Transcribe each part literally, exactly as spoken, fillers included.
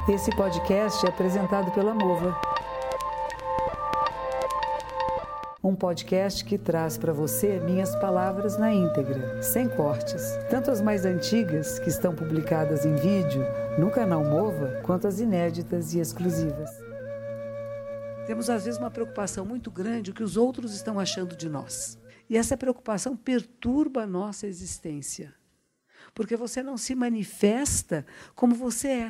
Esse podcast é apresentado pela Mova. Um podcast que traz para você minhas palavras na íntegra, sem cortes. Tanto as mais antigas, que estão publicadas em vídeo no canal Mova, quanto as inéditas e exclusivas. Temos, às vezes, uma preocupação muito grande, o que os outros estão achando de nós. E essa preocupação perturba a nossa existência. Porque você não se manifesta como você é.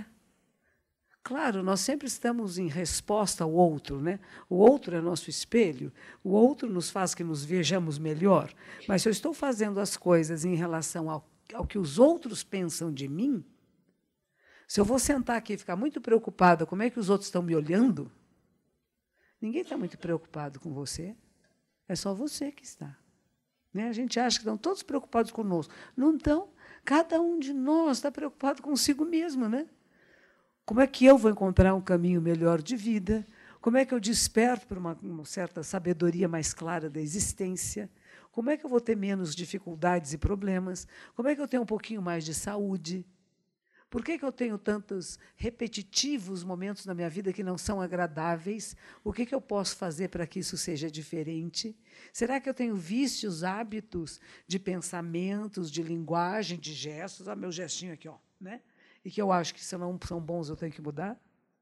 Claro, nós sempre estamos em resposta ao outro, né? O outro é nosso espelho, o outro nos faz que nos vejamos melhor. Mas se eu estou fazendo as coisas em relação ao, ao que os outros pensam de mim, se eu vou sentar aqui e ficar muito preocupada como é que os outros estão me olhando, ninguém está muito preocupado com você, é só você que está. Né? A gente acha que estão todos preocupados conosco. Não estão. Cada um de nós está preocupado consigo mesmo, né? Como é que eu vou encontrar um caminho melhor de vida? Como é que eu desperto para uma, uma certa sabedoria mais clara da existência? Como é que eu vou ter menos dificuldades e problemas? Como é que eu tenho um pouquinho mais de saúde? Por que que eu tenho tantos repetitivos momentos na minha vida que não são agradáveis? O que que eu posso fazer para que isso seja diferente? Será que eu tenho vícios, hábitos de pensamentos, de linguagem, de gestos? Ah, meu gestinho aqui, ó, né? E que eu acho que, se não são bons, eu tenho que mudar?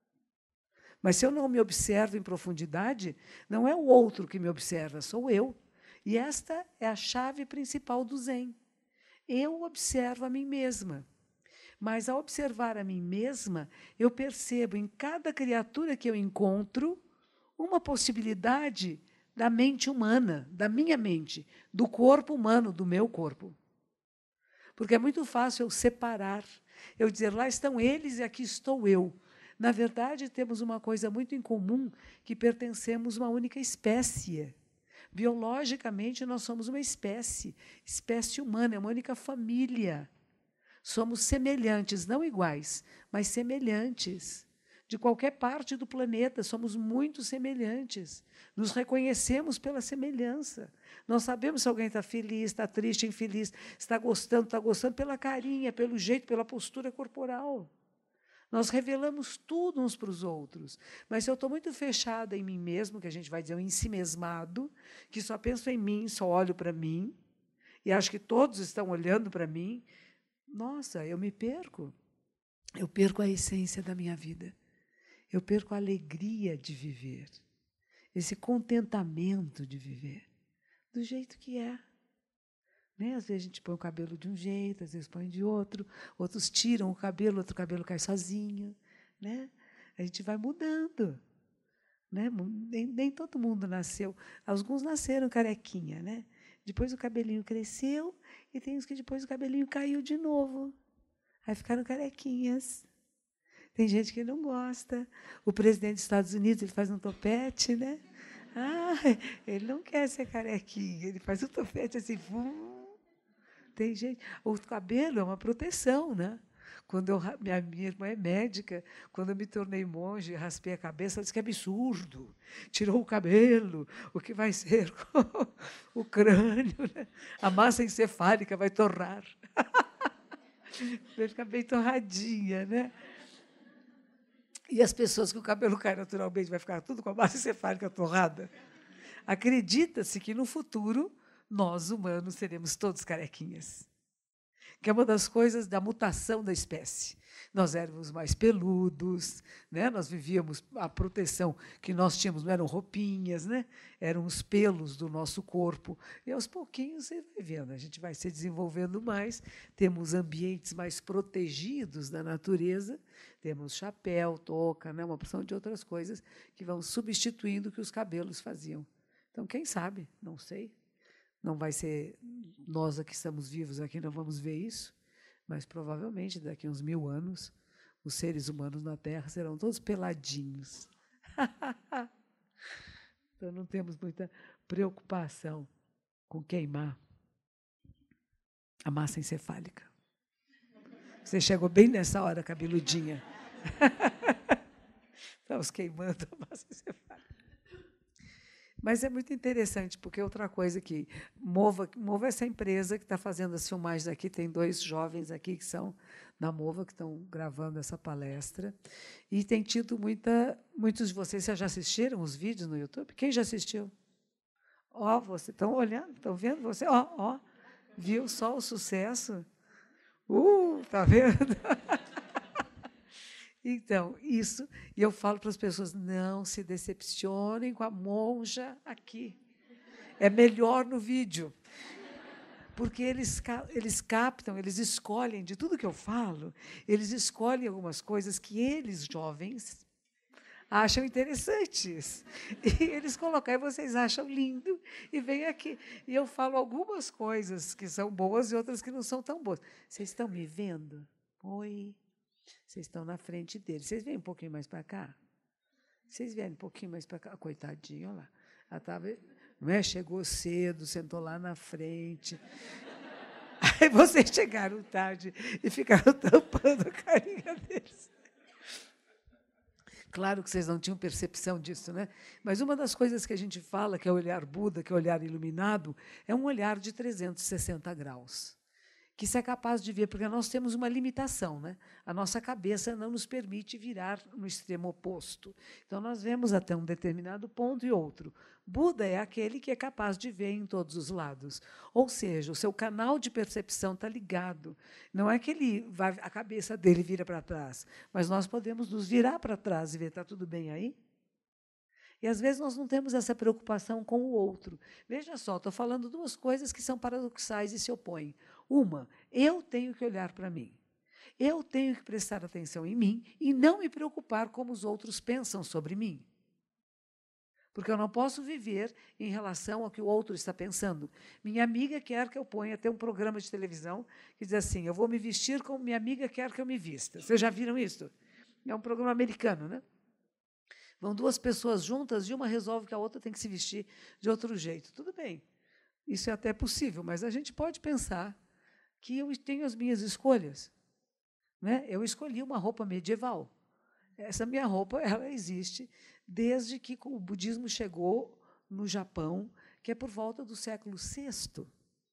Mas, se eu não me observo em profundidade, não é o outro que me observa, sou eu. E esta é a chave principal do Zen. Eu observo a mim mesma. Mas, ao observar a mim mesma, eu percebo em cada criatura que eu encontro uma possibilidade da mente humana, da minha mente, do corpo humano, do meu corpo. Porque é muito fácil eu separar, eu dizer, lá estão eles e aqui estou eu. Na verdade, temos uma coisa muito em comum, que pertencemos a uma única espécie. Biologicamente, nós somos uma espécie, espécie humana, é uma única família. Somos semelhantes, não iguais, mas semelhantes. De qualquer parte do planeta, somos muito semelhantes. Nos reconhecemos pela semelhança. Nós sabemos se alguém está feliz, está triste, infeliz, está gostando, está gostando pela carinha, pelo jeito, pela postura corporal. Nós revelamos tudo uns para os outros. Mas se eu estou muito fechada em mim mesmo, que a gente vai dizer um ensimesmado, que só penso em mim, só olho para mim, e acho que todos estão olhando para mim, nossa, eu me perco. Eu perco a essência da minha vida. Eu perco a alegria de viver, esse contentamento de viver, do jeito que é. Né? Às vezes a gente põe o cabelo de um jeito, às vezes põe de outro, outros tiram o cabelo, outro cabelo cai sozinho. Né? A gente vai mudando. Né? Nem, nem todo mundo nasceu, alguns nasceram carequinha, né? Depois o cabelinho cresceu e tem os que depois o cabelinho caiu de novo. Aí ficaram carequinhas. Tem gente que não gosta. O presidente dos Estados Unidos, ele faz um topete, né? Ah, ele não quer ser carequinha, ele faz um topete assim. Vum. Tem gente. O cabelo é uma proteção, né? Quando eu, minha, minha irmã é médica, quando eu me tornei monge e raspei a cabeça, ela disse que é absurdo. Tirou o cabelo, o que vai ser com o crânio, né? A massa encefálica vai torrar. Vai ficar bem torradinha, né? E as pessoas que o cabelo cai naturalmente, vai ficar tudo com a massa encefálica torrada. Acredita-se que, no futuro, nós, humanos, seremos todos carequinhas. Que é uma das coisas da mutação da espécie. Nós éramos mais peludos, né? Nós vivíamos, a proteção que nós tínhamos não eram roupinhas, né? Eram os pelos do nosso corpo. E, aos pouquinhos, você vai vendo, a gente vai se desenvolvendo mais, temos ambientes mais protegidos da natureza, temos chapéu, touca, né? Uma porção de outras coisas que vão substituindo o que os cabelos faziam. Então, quem sabe? Não sei. Não vai ser nós que estamos vivos aqui, não vamos ver isso, mas provavelmente daqui a uns mil anos os seres humanos na Terra serão todos peladinhos. Então não temos muita preocupação com queimar a massa encefálica. Você chegou bem nessa hora, cabeludinha. Estamos queimando a massa encefálica. Mas é muito interessante, porque outra coisa que Mova, Mova é essa empresa que está fazendo as filmagens aqui, tem dois jovens aqui que são da Mova, que estão gravando essa palestra, e tem tido muita... Muitos de vocês já assistiram os vídeos no YouTube? Quem já assistiu? Ó, vocês estão olhando, estão vendo você? Ó, ó, viu só o sucesso? Uh, tá vendo? Então, isso, e eu falo para as pessoas, não se decepcionem com a monja aqui. É melhor no vídeo. Porque eles, eles captam, eles escolhem, de tudo que eu falo, eles escolhem algumas coisas que eles, jovens, acham interessantes. E eles colocam, e vocês acham lindo, e vem aqui. E eu falo algumas coisas que são boas e outras que não são tão boas. Vocês estão me vendo? Oi. Vocês estão na frente deles. Vocês vêm um pouquinho mais para cá? Vocês vêm um pouquinho mais para cá? Coitadinho, olha lá. Ela tava, não é? Chegou cedo, sentou lá na frente. Aí vocês chegaram tarde e ficaram tampando a carinha deles. Claro que vocês não tinham percepção disso, né? Mas uma das coisas que a gente fala, que é o olhar Buda, que é o olhar iluminado, é um olhar de trezentos e sessenta graus. Que isso é capaz de ver, porque nós temos uma limitação, né? A nossa cabeça não nos permite virar no extremo oposto. Então, nós vemos até um determinado ponto e outro. Buda é aquele que é capaz de ver em todos os lados. Ou seja, o seu canal de percepção está ligado. Não é que ele vai, a cabeça dele vira para trás, mas nós podemos nos virar para trás e ver, está tudo bem aí? E, às vezes, nós não temos essa preocupação com o outro. Veja só, estou falando duas coisas que são paradoxais e se opõem. Uma, eu tenho que olhar para mim. Eu tenho que prestar atenção em mim e não me preocupar como os outros pensam sobre mim. Porque eu não posso viver em relação ao que o outro está pensando. Minha amiga quer que eu ponha até um programa de televisão que diz assim, eu vou me vestir como minha amiga quer que eu me vista. Vocês já viram isso? É um programa americano, né? Vão duas pessoas juntas e uma resolve que a outra tem que se vestir de outro jeito. Tudo bem, isso é até possível, mas a gente pode pensar que eu tenho as minhas escolhas. Né? Eu escolhi uma roupa medieval. Essa minha roupa ela existe desde que o budismo chegou no Japão, que é por volta do século sexto.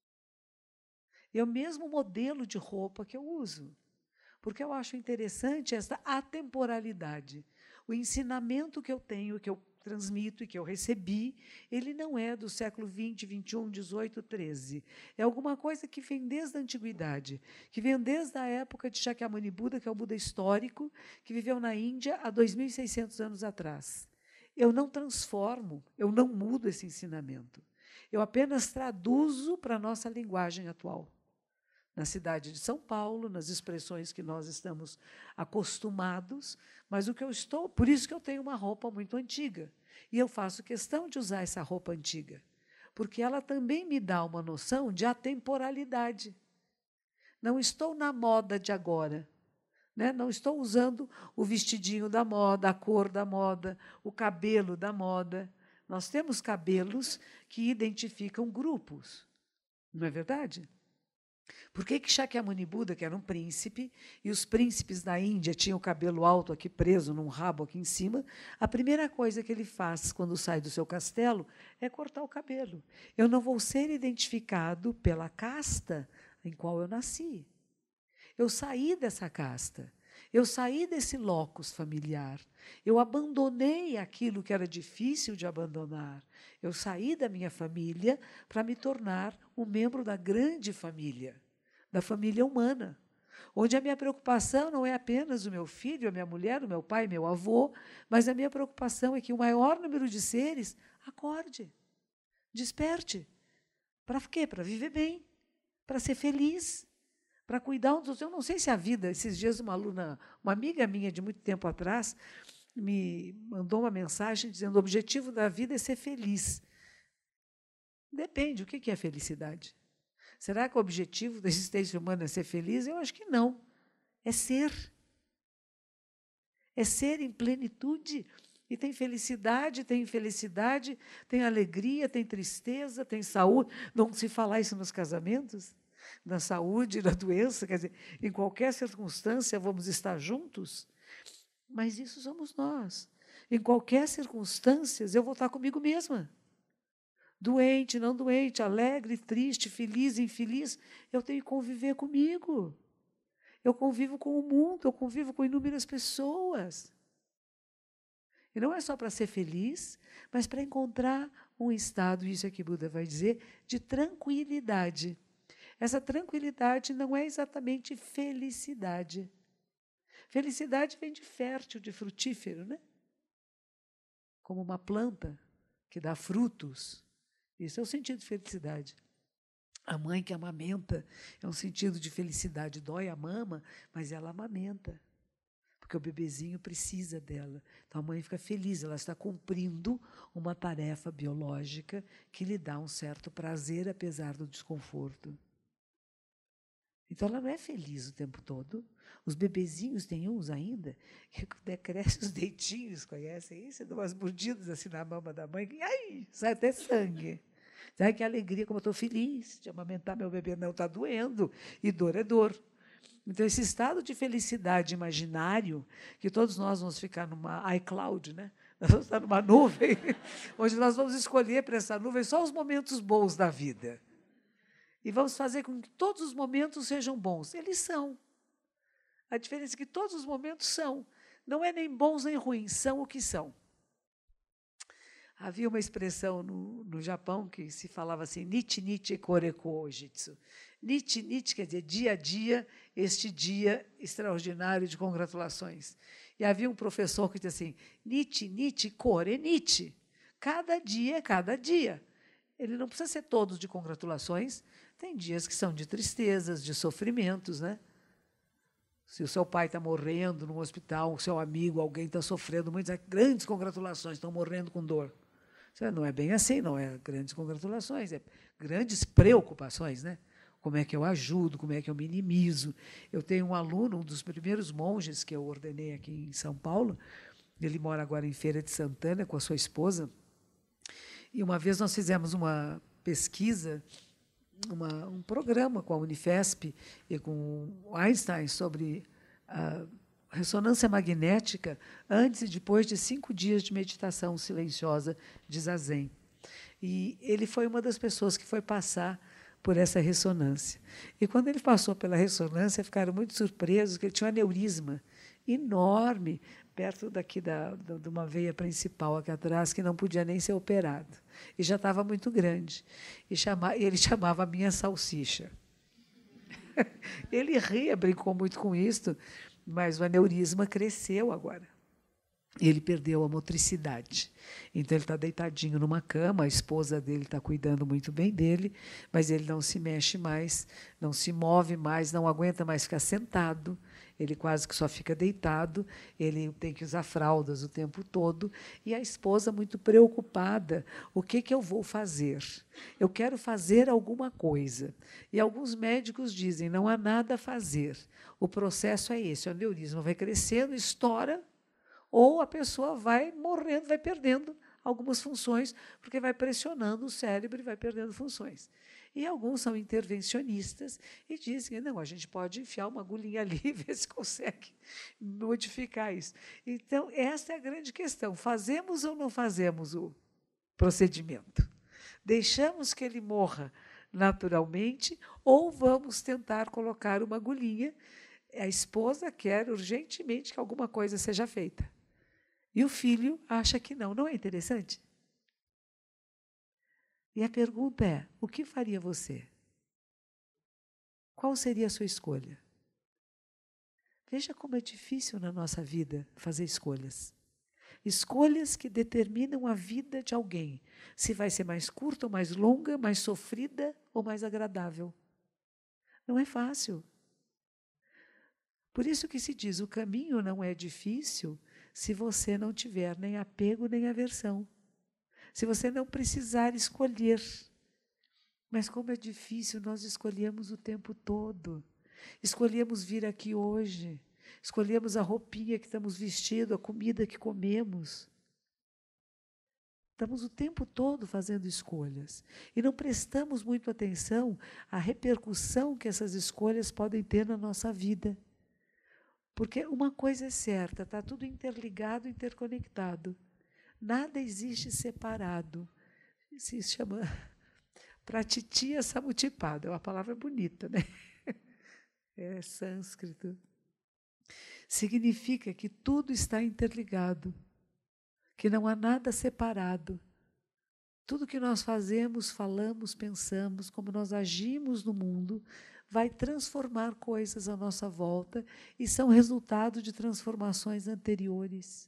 É o mesmo modelo de roupa que eu uso, porque eu acho interessante essa atemporalidade. O ensinamento que eu tenho, que eu transmito e que eu recebi, ele não é do século vinte, vinte e um, dezoito, treze. É alguma coisa que vem desde a antiguidade, que vem desde a época de Shakyamuni Buda, que é o Buda histórico, que viveu na Índia há dois mil e seiscentos anos atrás. Eu não transformo, eu não mudo esse ensinamento. Eu apenas traduzo para a nossa linguagem atual. Na cidade de São Paulo, nas expressões que nós estamos acostumados, mas o que eu estou, por isso que eu tenho uma roupa muito antiga, e eu faço questão de usar essa roupa antiga, porque ela também me dá uma noção de atemporalidade. Não estou na moda de agora, né? Não estou usando o vestidinho da moda, a cor da moda, o cabelo da moda. Nós temos cabelos que identificam grupos, não é verdade? Por que que Shakyamuni Buda, que era um príncipe, e os príncipes da Índia tinham o cabelo alto aqui preso num rabo aqui em cima, a primeira coisa que ele faz quando sai do seu castelo é cortar o cabelo. Eu não vou ser identificado pela casta em qual eu nasci. Eu saí dessa casta, eu saí desse locus familiar, eu abandonei aquilo que era difícil de abandonar. Eu saí da minha família para me tornar um membro da grande família, da família humana, onde a minha preocupação não é apenas o meu filho, a minha mulher, o meu pai, meu avô, mas a minha preocupação é que o maior número de seres acorde, desperte. Para quê? Para viver bem, para ser feliz, para cuidar uns dos outros. Eu não sei se a vida, esses dias uma aluna, uma amiga minha de muito tempo atrás, me mandou uma mensagem dizendo: o objetivo da vida é ser feliz. Depende, o que é felicidade? Será que o objetivo da existência humana é ser feliz? Eu acho que não. É ser. É ser em plenitude. E tem felicidade, tem infelicidade, tem alegria, tem tristeza, tem saúde. Não se falar isso nos casamentos? Na saúde, na doença, quer dizer, em qualquer circunstância vamos estar juntos, mas isso somos nós. Em qualquer circunstância eu vou estar comigo mesma. doente, não doente, alegre, triste, feliz, infeliz, eu tenho que conviver comigo. Eu convivo com o mundo, eu convivo com inúmeras pessoas. E não é só para ser feliz, mas para encontrar um estado, isso é que Buda vai dizer, de tranquilidade. Essa tranquilidade não é exatamente felicidade. Felicidade vem de fértil, de frutífero, né? Como uma planta que dá frutos. Isso é o sentido de felicidade. A mãe que amamenta é um sentido de felicidade. Dói a mama, mas ela amamenta. Porque o bebezinho precisa dela. Então, a mãe fica feliz, ela está cumprindo uma tarefa biológica que lhe dá um certo prazer, apesar do desconforto. Então, ela não é feliz o tempo todo. Os bebezinhos, tem uns ainda, que quando cresce os dentinhos, conhecem isso? Dão umas mordidas assim na mama da mãe, e ai, sai até sangue. Sabe que alegria, como eu estou feliz de amamentar meu bebê. Não, está doendo, e dor é dor. Então, esse estado de felicidade imaginário, que todos nós vamos ficar numa iCloud, né? Nós vamos estar numa nuvem, onde nós vamos escolher para essa nuvem só os momentos bons da vida. E vamos fazer com que todos os momentos sejam bons. Eles são. A diferença é que todos os momentos são. Não é nem bons nem ruins, são o que são. Havia uma expressão no, no Japão que se falava assim, nichi nichi koreko jitsu. Nichi nichi quer dizer dia a dia, este dia extraordinário de congratulações. E havia um professor que dizia assim, nichi nichi kore nichi. Cada dia é cada dia. Ele não precisa ser todos de congratulações. Tem dias que são de tristezas, de sofrimentos, né? Se o seu pai está morrendo no hospital, o seu amigo, alguém está sofrendo muitas grandes congratulações, estão morrendo com dor. Não é bem assim, não é grandes congratulações, é grandes preocupações, né? Como é que eu ajudo, como é que eu minimizo. Eu tenho um aluno, um dos primeiros monges que eu ordenei aqui em São Paulo, ele mora agora em Feira de Santana com a sua esposa, e uma vez nós fizemos uma pesquisa, uma, um programa com a Unifesp e com o Einstein sobre a ressonância magnética antes e depois de cinco dias de meditação silenciosa de zazen. E ele foi uma das pessoas que foi passar por essa ressonância. E, quando ele passou pela ressonância, ficaram muito surpresos, que ele tinha um aneurisma enorme, perto daqui da, de uma veia principal aqui atrás, que não podia nem ser operado. E já estava muito grande. E chama, ele chamava a minha salsicha. Ele ria, brincou muito com isso, mas o aneurisma cresceu agora. Ele perdeu a motricidade. Então, ele está deitadinho numa cama, a esposa dele está cuidando muito bem dele, mas ele não se mexe mais, não se move mais, não aguenta mais ficar sentado, ele quase que só fica deitado, ele tem que usar fraldas o tempo todo, e a esposa muito preocupada, o que, que eu vou fazer? Eu quero fazer alguma coisa. E alguns médicos dizem, não há nada a fazer. O processo é esse, o aneurisma vai crescendo, estoura, ou a pessoa vai morrendo, vai perdendo algumas funções, porque vai pressionando o cérebro e vai perdendo funções. E alguns são intervencionistas e dizem, não, a gente pode enfiar uma agulhinha ali e ver se consegue modificar isso. Então, essa é a grande questão. Fazemos ou não fazemos o procedimento? Deixamos que ele morra naturalmente ou vamos tentar colocar uma agulhinha? A esposa quer urgentemente que alguma coisa seja feita. E o filho acha que não. Não é interessante? E a pergunta é, o que faria você? Qual seria a sua escolha? Veja como é difícil na nossa vida fazer escolhas. Escolhas que determinam a vida de alguém. Se vai ser mais curta ou mais longa, mais sofrida ou mais agradável. Não é fácil. Por isso que se diz, o caminho não é difícil se você não tiver nem apego nem aversão. Se você não precisar escolher. Mas como é difícil, nós escolhemos o tempo todo. Escolhemos vir aqui hoje. Escolhemos a roupinha que estamos vestindo, a comida que comemos. Estamos o tempo todo fazendo escolhas. E não prestamos muito atenção à repercussão que essas escolhas podem ter na nossa vida. Porque uma coisa é certa, está tudo interligado, interconectado. Nada existe separado. se chama Pratitya Samuttipada, é uma palavra bonita, né? É sânscrito. Significa que tudo está interligado, que não há nada separado. Tudo que nós fazemos, falamos, pensamos, como nós agimos no mundo, vai transformar coisas à nossa volta e são resultado de transformações anteriores.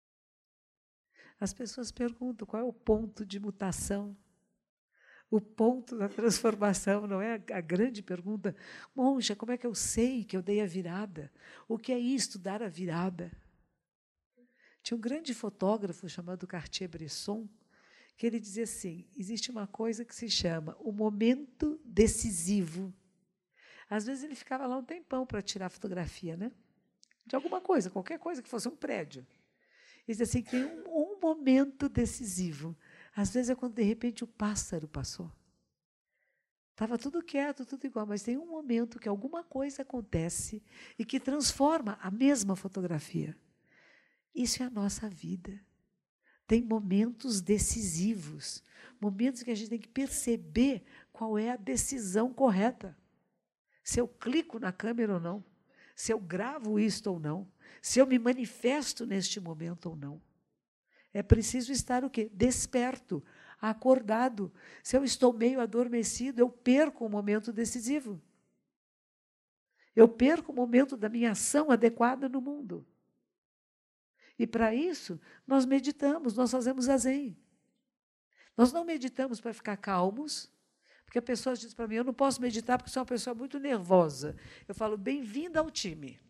As pessoas perguntam qual é o ponto de mutação, o ponto da transformação, não é a grande pergunta? Monja, como é que eu sei que eu dei a virada? O que é isto, dar a virada? Tinha um grande fotógrafo chamado Cartier-Bresson, que ele dizia assim, existe uma coisa que se chama o momento decisivo. Às vezes ele ficava lá um tempão para tirar fotografia, né? De alguma coisa, qualquer coisa que fosse um prédio. Ele dizia assim, que tem um, um momento decisivo. Às vezes é quando, de repente, o pássaro passou. Estava tudo quieto, tudo igual, mas tem um momento que alguma coisa acontece e que transforma a mesma fotografia. Isso é a nossa vida. Tem momentos decisivos, momentos que a gente tem que perceber qual é a decisão correta. Se eu clico na câmera ou não, se eu gravo isto ou não, se eu me manifesto neste momento ou não. É preciso estar o quê? Desperto, acordado. Se eu estou meio adormecido, eu perco o momento decisivo. Eu perco o momento da minha ação adequada no mundo. E, para isso, nós meditamos, nós fazemos zazen. Nós não meditamos para ficar calmos, porque a pessoa diz para mim, eu não posso meditar porque sou uma pessoa muito nervosa. Eu falo, bem-vinda ao time.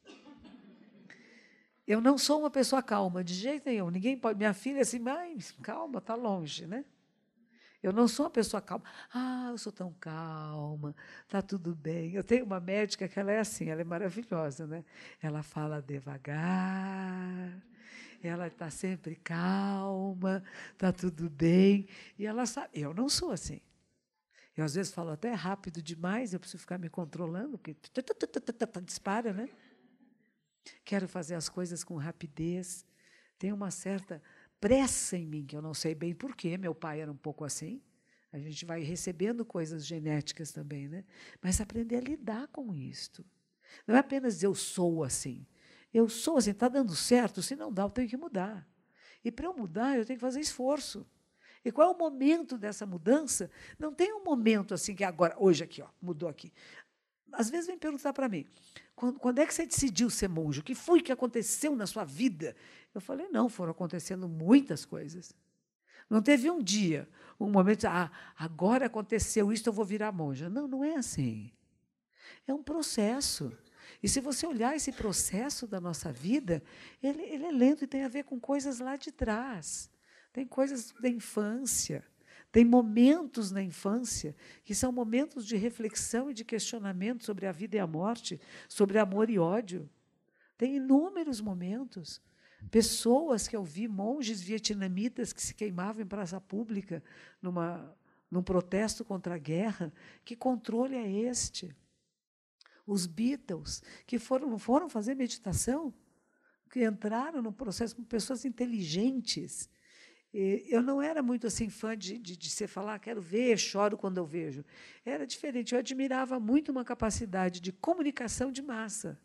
Eu não sou uma pessoa calma, de jeito nenhum. Ninguém pode. Minha filha é assim, mas calma, está longe, né? Eu não sou uma pessoa calma. Ah, eu sou tão calma, está tudo bem. Eu tenho uma médica que ela é assim, ela é maravilhosa, né? Ela fala devagar, ela está sempre calma, está tudo bem. E ela sabe, eu não sou assim. Eu, às vezes, falo até rápido demais, eu preciso ficar me controlando, porque dispara, né? Quero fazer as coisas com rapidez. Tem uma certa pressa em mim, que eu não sei bem por quê. Meu pai era um pouco assim. A gente vai recebendo coisas genéticas também, né? Mas aprender a lidar com isto. Não é apenas dizer eu sou assim. Eu sou assim, está dando certo? Se não dá, eu tenho que mudar. E, para eu mudar, eu tenho que fazer esforço. E qual é o momento dessa mudança? Não tem um momento assim que agora, hoje aqui, ó, mudou aqui. Às vezes vem perguntar para mim, quando, quando é que você decidiu ser monge? O que foi que aconteceu na sua vida? Eu falei, não, foram acontecendo muitas coisas. Não teve um dia, um momento, ah, agora aconteceu isso, eu vou virar monja. Não, não é assim. É um processo. E se você olhar esse processo da nossa vida, ele, ele é lento e tem a ver com coisas lá de trás. Tem coisas da infância. Tem momentos na infância que são momentos de reflexão e de questionamento sobre a vida e a morte, sobre amor e ódio. Tem inúmeros momentos. Pessoas que eu vi, monges vietnamitas que se queimavam em praça pública numa, num protesto contra a guerra. Que controle é este? Os Beatles, que foram, não foram fazer meditação, que entraram no processo com pessoas inteligentes. Eu não era muito assim fã de, de, de se falar, quero ver, choro quando eu vejo. Era diferente. Eu admirava muito uma capacidade de comunicação de massa.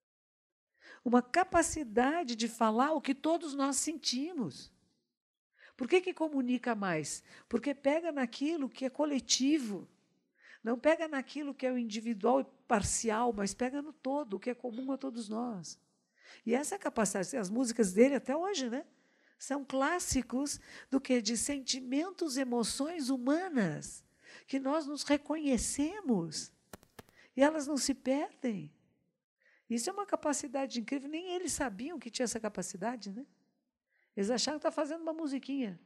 Uma capacidade de falar o que todos nós sentimos. Por que que comunica mais? Porque pega naquilo que é coletivo. Não pega naquilo que é o individual e parcial, mas pega no todo, o que é comum a todos nós. E essa é a capacidade, as músicas dele até hoje, né? São clássicos do que de sentimentos, emoções humanas, que nós nos reconhecemos, e elas não se perdem. Isso é uma capacidade incrível, nem eles sabiam que tinha essa capacidade, né? Eles acharam que estavam fazendo uma musiquinha.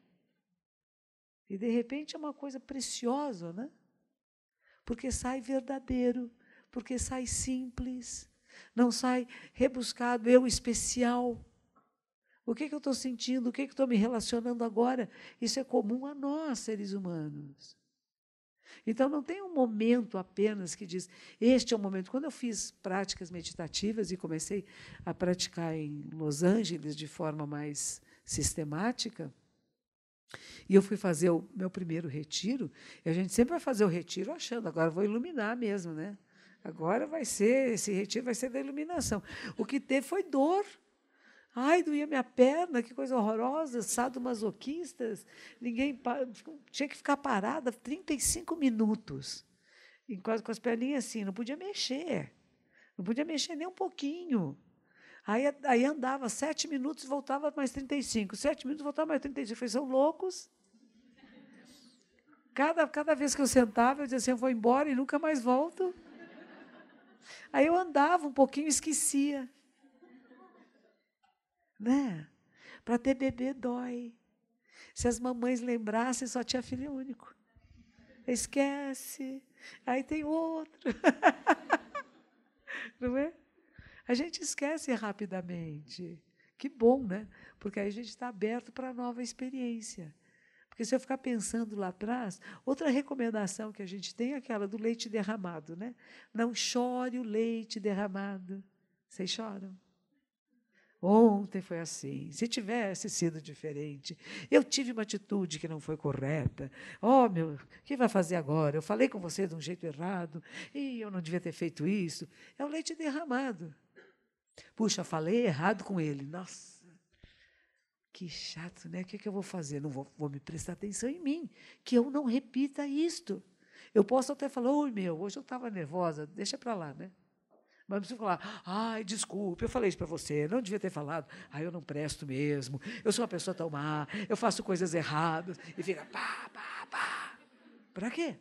E, de repente, é uma coisa preciosa, né? Porque sai verdadeiro, porque sai simples, não sai rebuscado, eu especial. O que, que eu estou sentindo? O que, que eu estou me relacionando agora? Isso é comum a nós, seres humanos. Então, não tem um momento apenas que diz, este é o momento. Quando eu fiz práticas meditativas e comecei a praticar em Los Angeles de forma mais sistemática, E eu fui fazer o meu primeiro retiro, e a gente sempre vai fazer o retiro achando, agora vou iluminar mesmo, né? Agora vai ser, esse retiro vai ser da iluminação. O que teve foi dor. Ai, doía minha perna, que coisa horrorosa, sadomasoquistas. Ninguém tinha que ficar parada trinta e cinco minutos, quase com as perninhas assim, não podia mexer. Não podia mexer nem um pouquinho. Aí, aí andava sete minutos, voltava mais trinta e cinco. Sete minutos, voltava mais trinta e cinco. Eu falei, são loucos? Cada, cada vez que eu sentava, eu dizia assim, eu vou embora e nunca mais volto. Aí eu andava um pouquinho e esquecia. Né? Para ter bebê dói. Se as mamães lembrassem, só tinha filho único. Esquece. Aí tem outro. Não é? A gente esquece rapidamente. Que bom, né? Porque aí a gente está aberto para a nova experiência. Porque se eu ficar pensando lá atrás, outra recomendação que a gente tem é aquela do leite derramado, né? Não chore o leite derramado. Vocês choram? Ontem foi assim. Se tivesse sido diferente, eu tive uma atitude que não foi correta. Oh, meu, o que vai fazer agora? Eu falei com você de um jeito errado e eu não devia ter feito isso. É o leite derramado. Puxa, falei errado com ele. Nossa, que chato, né? O que, é que eu vou fazer? Não vou, vou me prestar atenção em mim, que eu não repita isto. Eu posso até falar, oi, meu, hoje eu estava nervosa, deixa para lá, né? Mas não precisa falar, ai, desculpe, eu falei isso para você, não devia ter falado, ai, eu não presto mesmo, eu sou uma pessoa tão má, eu faço coisas erradas, e fica pá, pá, pá. Para quê?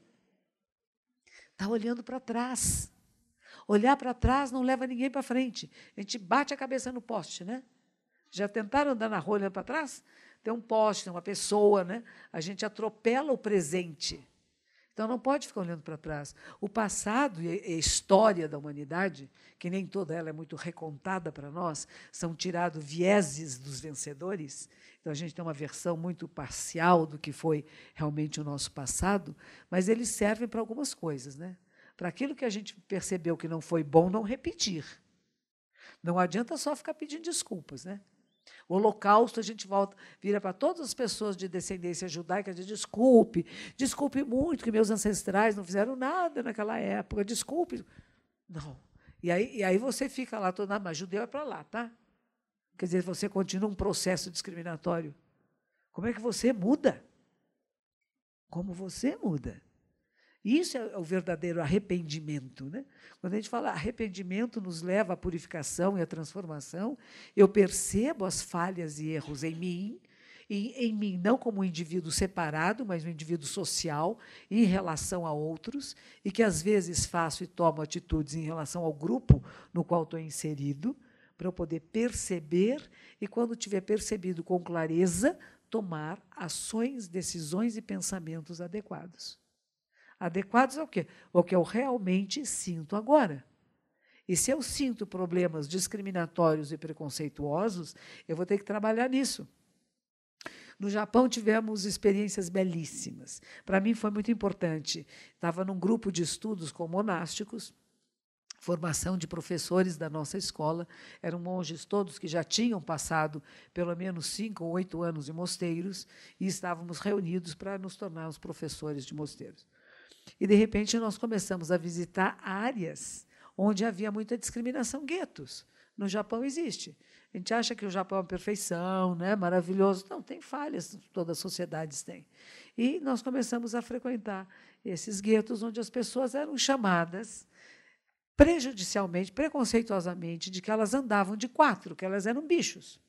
Está olhando para trás. Olhar para trás não leva ninguém para frente. A gente bate a cabeça no poste, né? Já tentaram andar na rua olhando para trás? Tem um poste, tem uma pessoa, né? A gente atropela o presente. Então, não pode ficar olhando para trás. O passado e a história da humanidade, que nem toda ela é muito recontada para nós, são tirados vieses dos vencedores. Então, a gente tem uma versão muito parcial do que foi realmente o nosso passado, mas eles servem para algumas coisas, né? Para aquilo que a gente percebeu que não foi bom, não repetir. Não adianta só ficar pedindo desculpas, né? O Holocausto, a gente volta, vira para todas as pessoas de descendência judaica, diz, desculpe, desculpe muito que meus ancestrais não fizeram nada naquela época, desculpe. Não. E aí, e aí você fica lá, toda, mas judeu é para lá, tá? Quer dizer, você continua um processo discriminatório. Como é que você muda? Como você muda? Isso é o verdadeiro arrependimento, né? Quando a gente fala arrependimento nos leva à purificação e à transformação, eu percebo as falhas e erros em mim, e em mim não como um indivíduo separado, mas um indivíduo social em relação a outros, e que às vezes faço e tomo atitudes em relação ao grupo no qual estou inserido, para eu poder perceber, e quando tiver percebido com clareza, tomar ações, decisões e pensamentos adequados. Adequados ao quê? O que eu realmente sinto agora. E se eu sinto problemas discriminatórios e preconceituosos, eu vou ter que trabalhar nisso. No Japão, tivemos experiências belíssimas. Para mim, foi muito importante. Estava num grupo de estudos com monásticos, formação de professores da nossa escola, eram monges todos que já tinham passado pelo menos cinco ou oito anos em mosteiros, e estávamos reunidos para nos tornar os professores de mosteiros. E, de repente, nós começamos a visitar áreas onde havia muita discriminação, guetos. No Japão existe. A gente acha que o Japão é uma perfeição, né? Maravilhoso. Não, tem falhas, todas as sociedades têm. E nós começamos a frequentar esses guetos onde as pessoas eram chamadas prejudicialmente, preconceituosamente, de que elas andavam de quatro, que elas eram bichos.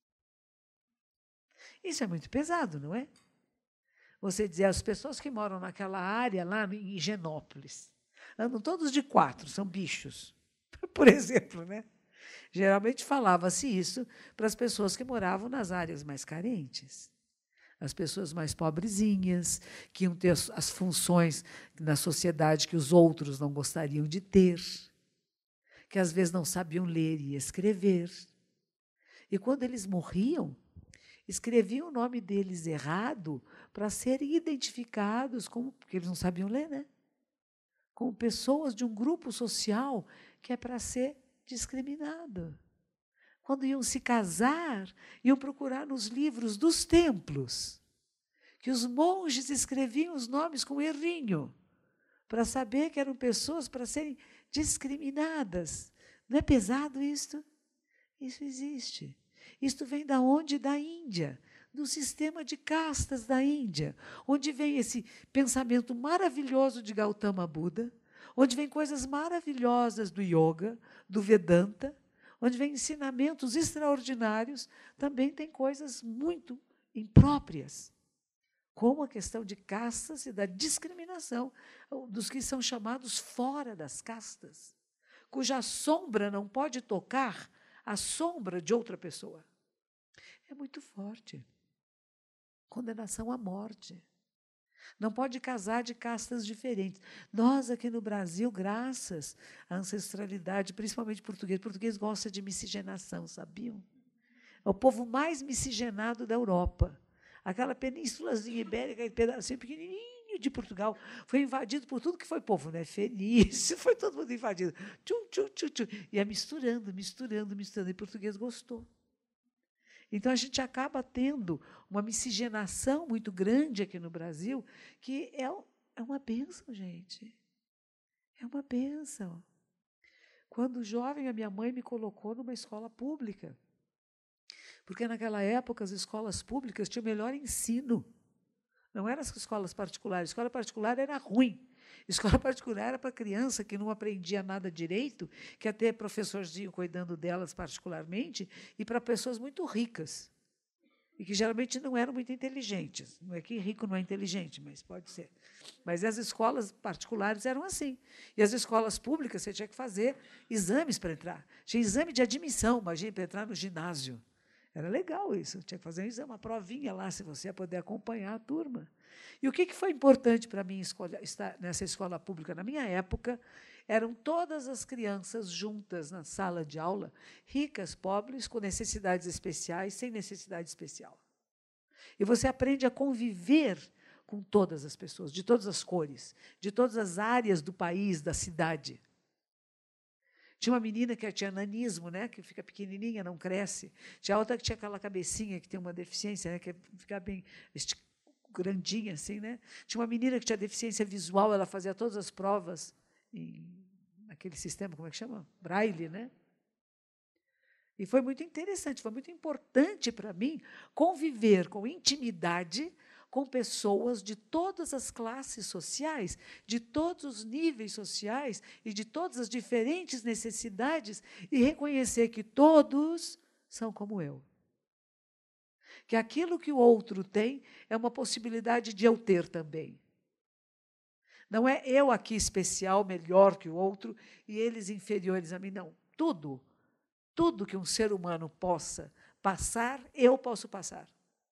Isso é muito pesado, não é? Você dizer, as pessoas que moram naquela área, lá em Higienópolis, andam todos de quatro, são bichos, por exemplo, né? Geralmente falava-se isso para as pessoas que moravam nas áreas mais carentes, as pessoas mais pobrezinhas, que iam ter as funções na sociedade que os outros não gostariam de ter, que às vezes não sabiam ler e escrever. E quando eles morriam, escreviam o nome deles errado para serem identificados como, porque eles não sabiam ler, né? Como pessoas de um grupo social que é para ser discriminado. Quando iam se casar, iam procurar nos livros dos templos que os monges escreviam os nomes com errinho, para saber que eram pessoas para serem discriminadas. Não é pesado isto? Isso existe. Isto vem da onde? Da Índia, do sistema de castas da Índia, onde vem esse pensamento maravilhoso de Gautama Buda, onde vem coisas maravilhosas do yoga, do Vedanta, onde vem ensinamentos extraordinários, também tem coisas muito impróprias, como a questão de castas e da discriminação dos que são chamados fora das castas, cuja sombra não pode tocar a sombra de outra pessoa. É muito forte. Condenação à morte. Não pode casar de castas diferentes. Nós, aqui no Brasil, graças à ancestralidade, principalmente português, português gosta de miscigenação, sabiam? É o povo mais miscigenado da Europa. Aquela penínsulazinha ibérica, aquele pedacinho pequenininho de Portugal, foi invadido por tudo que foi povo, né? Fenício, foi todo mundo invadido. Tchum, tchum, tchum, tchum. Ia misturando, misturando, misturando, e português gostou. Então, a gente acaba tendo uma miscigenação muito grande aqui no Brasil, que é, é uma bênção, gente. É uma bênção. Quando jovem, a minha mãe me colocou numa escola pública, porque, naquela época, as escolas públicas tinham melhor ensino. Não eram as escolas particulares. A escola particular era ruim. A escola particular era para criança que não aprendia nada direito, que ia ter professorzinho cuidando delas particularmente, e para pessoas muito ricas, e que geralmente não eram muito inteligentes. Não é que rico não é inteligente, mas pode ser. Mas as escolas particulares eram assim. E as escolas públicas, você tinha que fazer exames para entrar. Tinha exame de admissão, imagina, para entrar no ginásio. Era legal isso, tinha que fazer um exame, uma provinha lá, se você ia poder acompanhar a turma. E o que foi importante para mim escolher, estar nessa escola pública? Na minha época, eram todas as crianças juntas na sala de aula, ricas, pobres, com necessidades especiais, sem necessidade especial. E você aprende a conviver com todas as pessoas, de todas as cores, de todas as áreas do país, da cidade. Tinha uma menina que tinha nanismo, né, que fica pequenininha, não cresce. Tinha outra que tinha aquela cabecinha que tem uma deficiência, né, que fica bem grandinha assim, né? Tinha uma menina que tinha deficiência visual, ela fazia todas as provas em naquele sistema, como é que chama? Braille, né? E foi muito interessante, foi muito importante para mim conviver com intimidade com pessoas de todas as classes sociais, de todos os níveis sociais e de todas as diferentes necessidades, e reconhecer que todos são como eu. Que aquilo que o outro tem é uma possibilidade de eu ter também. Não é eu aqui especial, melhor que o outro, e eles inferiores a mim, não. Tudo, tudo que um ser humano possa passar, eu posso passar.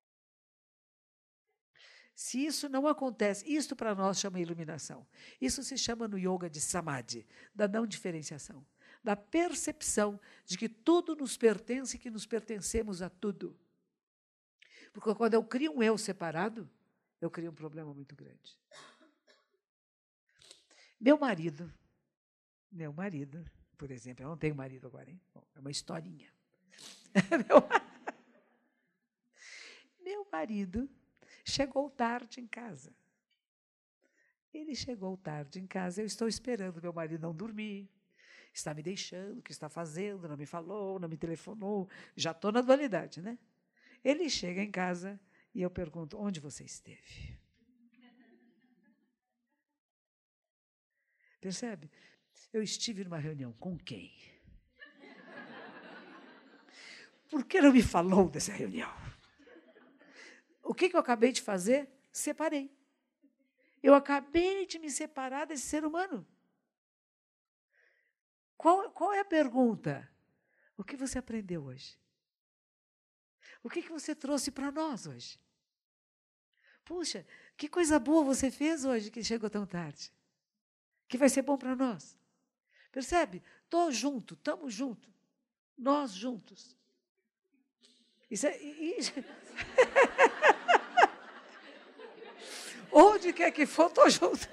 Se isso não acontece, isto para nós chama iluminação. Isso se chama no yoga de samadhi, da não diferenciação, da percepção de que tudo nos pertence e que nos pertencemos a tudo. Porque quando eu crio um eu separado, eu crio um problema muito grande. Meu marido, meu marido, por exemplo, eu não tenho marido agora, hein? Bom, é uma historinha. meu, meu marido chegou tarde em casa. Ele chegou tarde em casa, eu estou esperando meu marido não dormir, está me deixando, o que está fazendo, não me falou, não me telefonou, já estou na dualidade, né? Ele chega em casa e eu pergunto, onde você esteve? Percebe? Eu estive numa reunião com quem? Por que não me falou dessa reunião? O que, que eu acabei de fazer? Separei. Eu acabei de me separar desse ser humano. Qual, qual é a pergunta? O que você aprendeu hoje? O que, que você trouxe para nós hoje? Puxa, que coisa boa você fez hoje que chegou tão tarde. Que vai ser bom para nós. Percebe? Estou junto, estamos juntos. Nós juntos. Isso é... Isso... Onde quer que for, estou junto.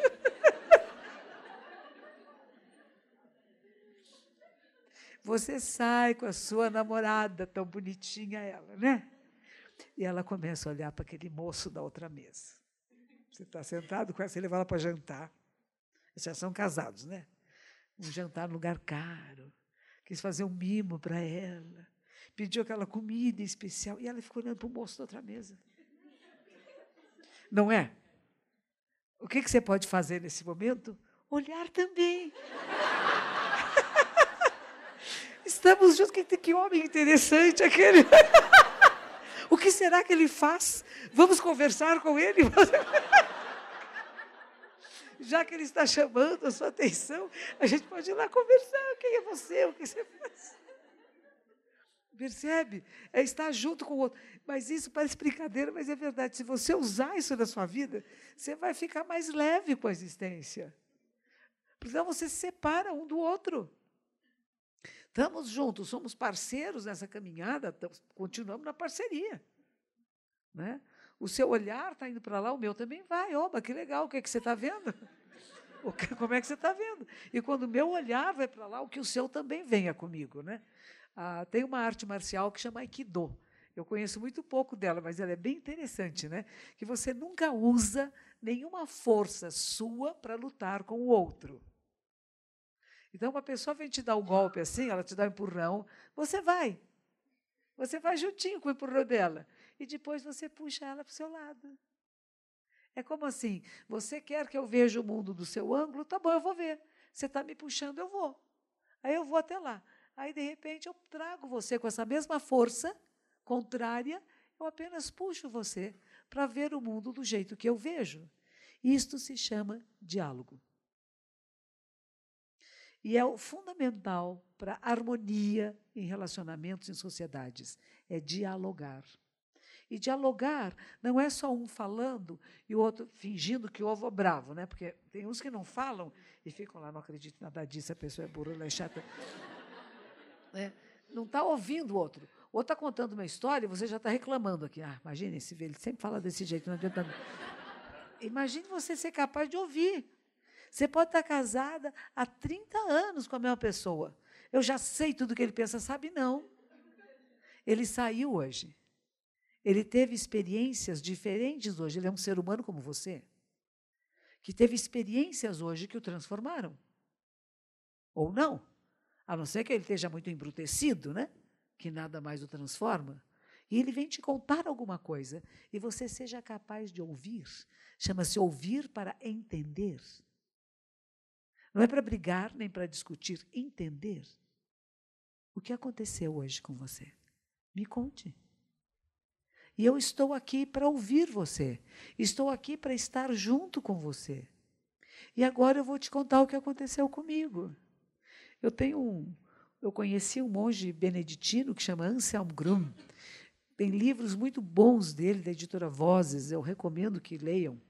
Você sai com a sua namorada, tão bonitinha ela, né? E ela começa a olhar para aquele moço da outra mesa. Você está sentado com ela, você leva ela para jantar. Eles já são casados, né? Um jantar num lugar caro. Quis fazer um mimo para ela. Pediu aquela comida especial. E ela ficou olhando para o moço da outra mesa. Não é? O que que você pode fazer nesse momento? Olhar também. Estamos juntos. Que, que homem interessante aquele. O que será que ele faz? Vamos conversar com ele? Já que ele está chamando a sua atenção, a gente pode ir lá conversar. Quem é você? O que você faz? Percebe? É estar junto com o outro. Mas isso parece brincadeira, mas é verdade. Se você usar isso na sua vida, você vai ficar mais leve com a existência. Porque senão você se separa um do outro. Estamos juntos, somos parceiros nessa caminhada, estamos, continuamos na parceria. Né? O seu olhar está indo para lá, o meu também vai. Oba, que legal, o que, é que você está vendo? O que, como é que você está vendo? E quando o meu olhar vai para lá, o que o seu também venha comigo. Né? Ah, tem uma arte marcial que chama Aikido. Eu conheço muito pouco dela, mas ela é bem interessante, né? Que você nunca usa nenhuma força sua para lutar com o outro. Então, uma pessoa vem te dar um golpe assim, ela te dá um empurrão, você vai. Você vai juntinho com o empurrão dela. E depois você puxa ela para o seu lado. É como assim, você quer que eu veja o mundo do seu ângulo? Tá bom, eu vou ver. Você está me puxando, eu vou. Aí eu vou até lá. Aí, de repente, eu trago você com essa mesma força contrária, eu apenas puxo você para ver o mundo do jeito que eu vejo. Isto se chama diálogo. E é o fundamental para a harmonia em relacionamentos em sociedades, é dialogar. E dialogar não é só um falando e o outro fingindo que o ovo é bravo, né? Porque tem uns que não falam e ficam lá, não acredito em nada disso, a pessoa é burra, ela é chata. É, não está ouvindo o outro. O outro está contando uma história e você já está reclamando aqui. Ah, imagine esse velho, ele sempre fala desse jeito, não adianta. Imagine você ser capaz de ouvir. Você pode estar casada há trinta anos com a mesma pessoa. Eu já sei tudo que ele pensa, sabe? Não. Ele saiu hoje. Ele teve experiências diferentes hoje. Ele é um ser humano como você, que teve experiências hoje que o transformaram. Ou não. A não ser que ele esteja muito embrutecido, né? Que nada mais o transforma. E ele vem te contar alguma coisa. E você seja capaz de ouvir. Chama-se ouvir para entender. Não é para brigar, nem para discutir. Entender. O que aconteceu hoje com você? Me conte. E eu estou aqui para ouvir você. Estou aqui para estar junto com você. E agora eu vou te contar o que aconteceu comigo. Eu tenho um, eu conheci um monge beneditino que chama Anselm Grün. Tem livros muito bons dele, da editora Vozes, eu recomendo que leiam.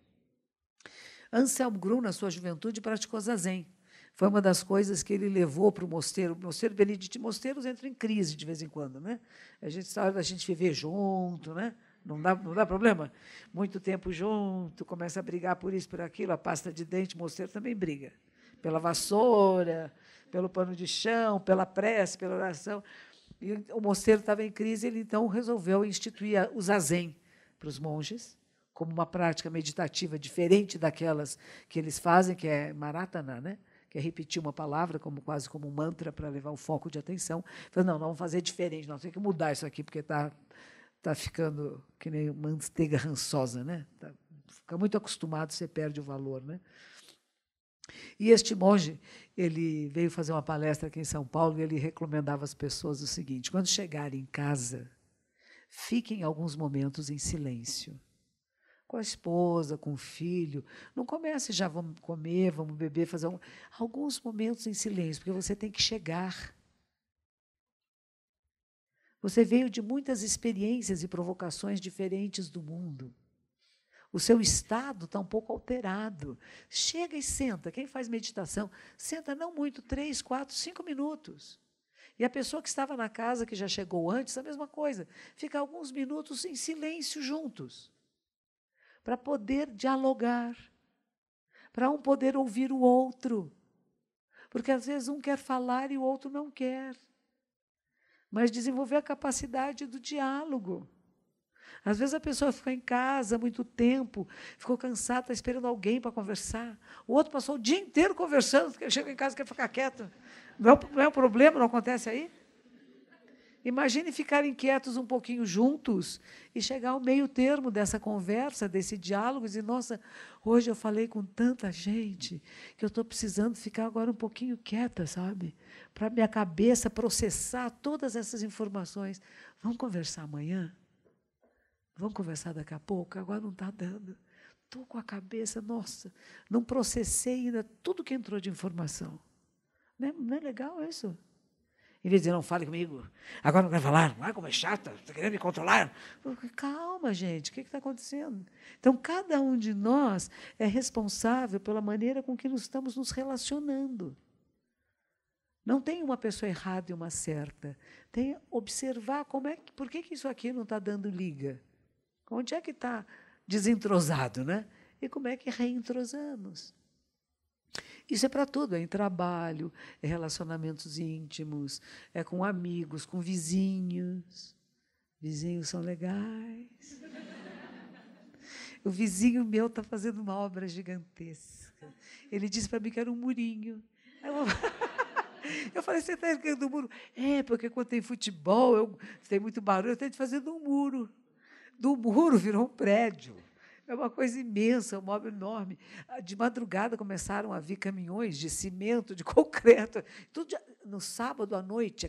Anselm Grün, na sua juventude, praticou zazen. Foi uma das coisas que ele levou para o mosteiro. O mosteiro beneditino, mosteiros entram em crise de vez em quando, né? A gente sabe da gente viver junto, né? Não dá, não dá problema? Muito tempo junto, começa a brigar por isso, por aquilo, a pasta de dente, o mosteiro também briga. Pela vassoura, pelo pano de chão, pela prece, pela oração. E o mosteiro estava em crise, ele então resolveu instituir o zazen para os monges, como uma prática meditativa diferente daquelas que eles fazem, que é maratana, né? Que é repetir uma palavra como quase como um mantra para levar o foco de atenção. Falei, não, nós vamos fazer diferente, nós temos que mudar isso aqui, porque está tá ficando que nem manteiga rançosa, né? Tá, fica muito acostumado, você perde o valor, né? E este monge, ele veio fazer uma palestra aqui em São Paulo e ele recomendava às pessoas o seguinte: quando chegarem em casa, fiquem alguns momentos em silêncio. Com a esposa, com o filho. Não comece já, vamos comer, vamos beber, fazer um, alguns momentos em silêncio, porque você tem que chegar. Você veio de muitas experiências e provocações diferentes do mundo. O seu estado está um pouco alterado. Chega e senta. Quem faz meditação, senta não muito, três, quatro, cinco minutos. E a pessoa que estava na casa, que já chegou antes, a mesma coisa. Fica alguns minutos em silêncio juntos, para poder dialogar, para um poder ouvir o outro. Porque, às vezes, um quer falar e o outro não quer. Mas desenvolver a capacidade do diálogo. Às vezes a pessoa ficou em casa há muito tempo, ficou cansada, está esperando alguém para conversar. O outro passou o dia inteiro conversando, chega em casa e quer ficar quieto. Não é, não é um problema, não acontece aí? Imagine ficarem quietos um pouquinho juntos e chegar ao meio termo dessa conversa, desse diálogo, e dizer, nossa, hoje eu falei com tanta gente que eu estou precisando ficar agora um pouquinho quieta, sabe? Para minha cabeça processar todas essas informações. Vamos conversar amanhã? Vamos conversar daqui a pouco? Agora não está dando. Estou com a cabeça, nossa, não processei ainda tudo que entrou de informação. Não é, não é legal isso? Em vez de dizer, não fale comigo, agora não quero falar, ah, como é chata, está querendo me controlar. Calma, gente, o que está acontecendo? Então, cada um de nós é responsável pela maneira com que nós estamos nos relacionando. Não tem uma pessoa errada e uma certa. Tem observar como é que, por que, que isso aqui não está dando liga. Onde é que está desentrosado, né? E como é que reentrosamos? Isso é para tudo, é em trabalho, é relacionamentos íntimos, é com amigos, com vizinhos. Vizinhos são legais. O vizinho meu está fazendo uma obra gigantesca. Ele disse para mim que era um murinho. Eu, eu falei, você está erguendo um muro? É, porque quando tem futebol, eu, tem muito barulho, eu tenho que fazer de um muro. Do muro virou um prédio. É uma coisa imensa, uma obra enorme. De madrugada começaram a vir caminhões de cimento, de concreto. Tudo de, no sábado à noite,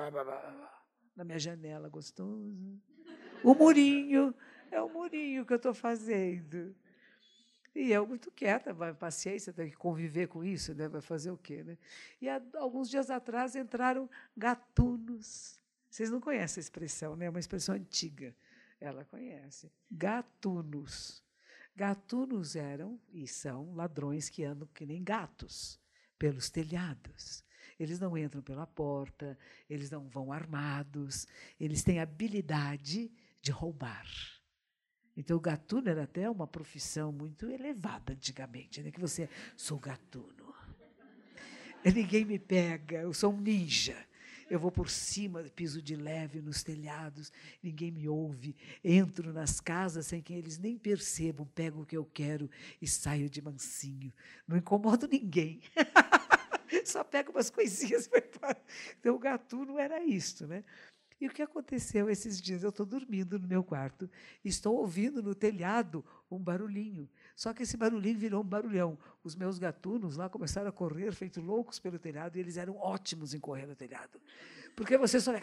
na minha janela, gostoso. O murinho, é o murinho que eu estou fazendo. E eu muito quieta, vai, paciência, tem que conviver com isso, né? Vai fazer o quê? Né? E há, alguns dias atrás entraram gatunos. Vocês não conhecem a expressão, né? É uma expressão antiga. Ela conhece. Gatunos. Gatunos eram e são ladrões que andam que nem gatos pelos telhados. Eles não entram pela porta, eles não vão armados, eles têm habilidade de roubar. Então, o gatuno era até uma profissão muito elevada antigamente, né? Que você, sou gatuno. Ninguém me pega, eu sou um ninja. Eu vou por cima, piso de leve nos telhados, ninguém me ouve, entro nas casas sem que eles nem percebam, pego o que eu quero e saio de mansinho. Não incomodo ninguém. Só pego umas coisinhas. Então, o gatuno era isto, né? E o que aconteceu esses dias? Eu estou dormindo no meu quarto, estou ouvindo no telhado um barulhinho. Só que esse barulhinho virou um barulhão. Os meus gatunos lá começaram a correr, feito loucos pelo telhado, e eles eram ótimos em correr no telhado. Porque você só...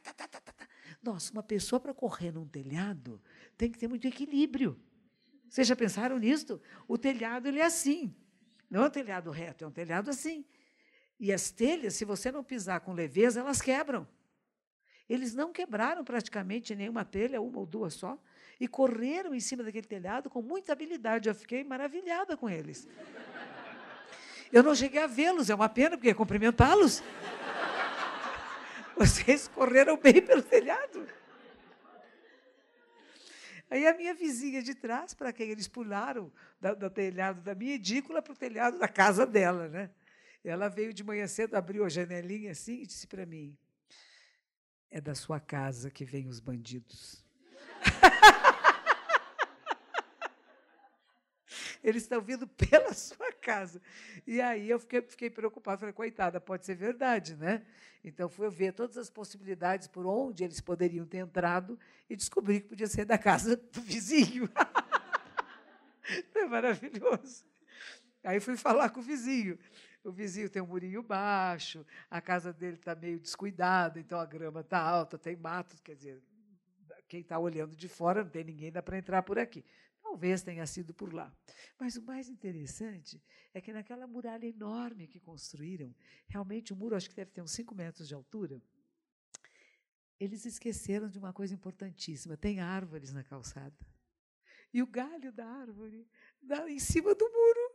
Nossa, uma pessoa para correr num telhado tem que ter muito equilíbrio. Vocês já pensaram nisso? O telhado ele é assim. Não é um telhado reto, é um telhado assim. E as telhas, se você não pisar com leveza, elas quebram. Eles não quebraram praticamente nenhuma telha, uma ou duas só, e correram em cima daquele telhado com muita habilidade. Eu fiquei maravilhada com eles. Eu não cheguei a vê-los, é uma pena, porque ia cumprimentá-los. Vocês correram bem pelo telhado. Aí a minha vizinha de trás, para quem eles pularam do, do telhado da minha edícula para o telhado da casa dela, né? Ela veio de manhã cedo, abriu a janelinha assim e disse para mim, é da sua casa que vêm os bandidos. Eles estão vindo pela sua casa. E aí eu fiquei, fiquei preocupada, falei, coitada, pode ser verdade, né? Então fui ver todas as possibilidades por onde eles poderiam ter entrado e descobri que podia ser da casa do vizinho. É maravilhoso. Aí fui falar com o vizinho. O vizinho tem um murinho baixo, a casa dele está meio descuidada, então a grama está alta, tem matos, quer dizer, quem está olhando de fora não tem ninguém, dá para entrar por aqui. Talvez tenha sido por lá. Mas o mais interessante é que naquela muralha enorme que construíram, realmente o muro acho que deve ter uns cinco metros de altura, eles esqueceram de uma coisa importantíssima, tem árvores na calçada. E o galho da árvore dá em cima do muro.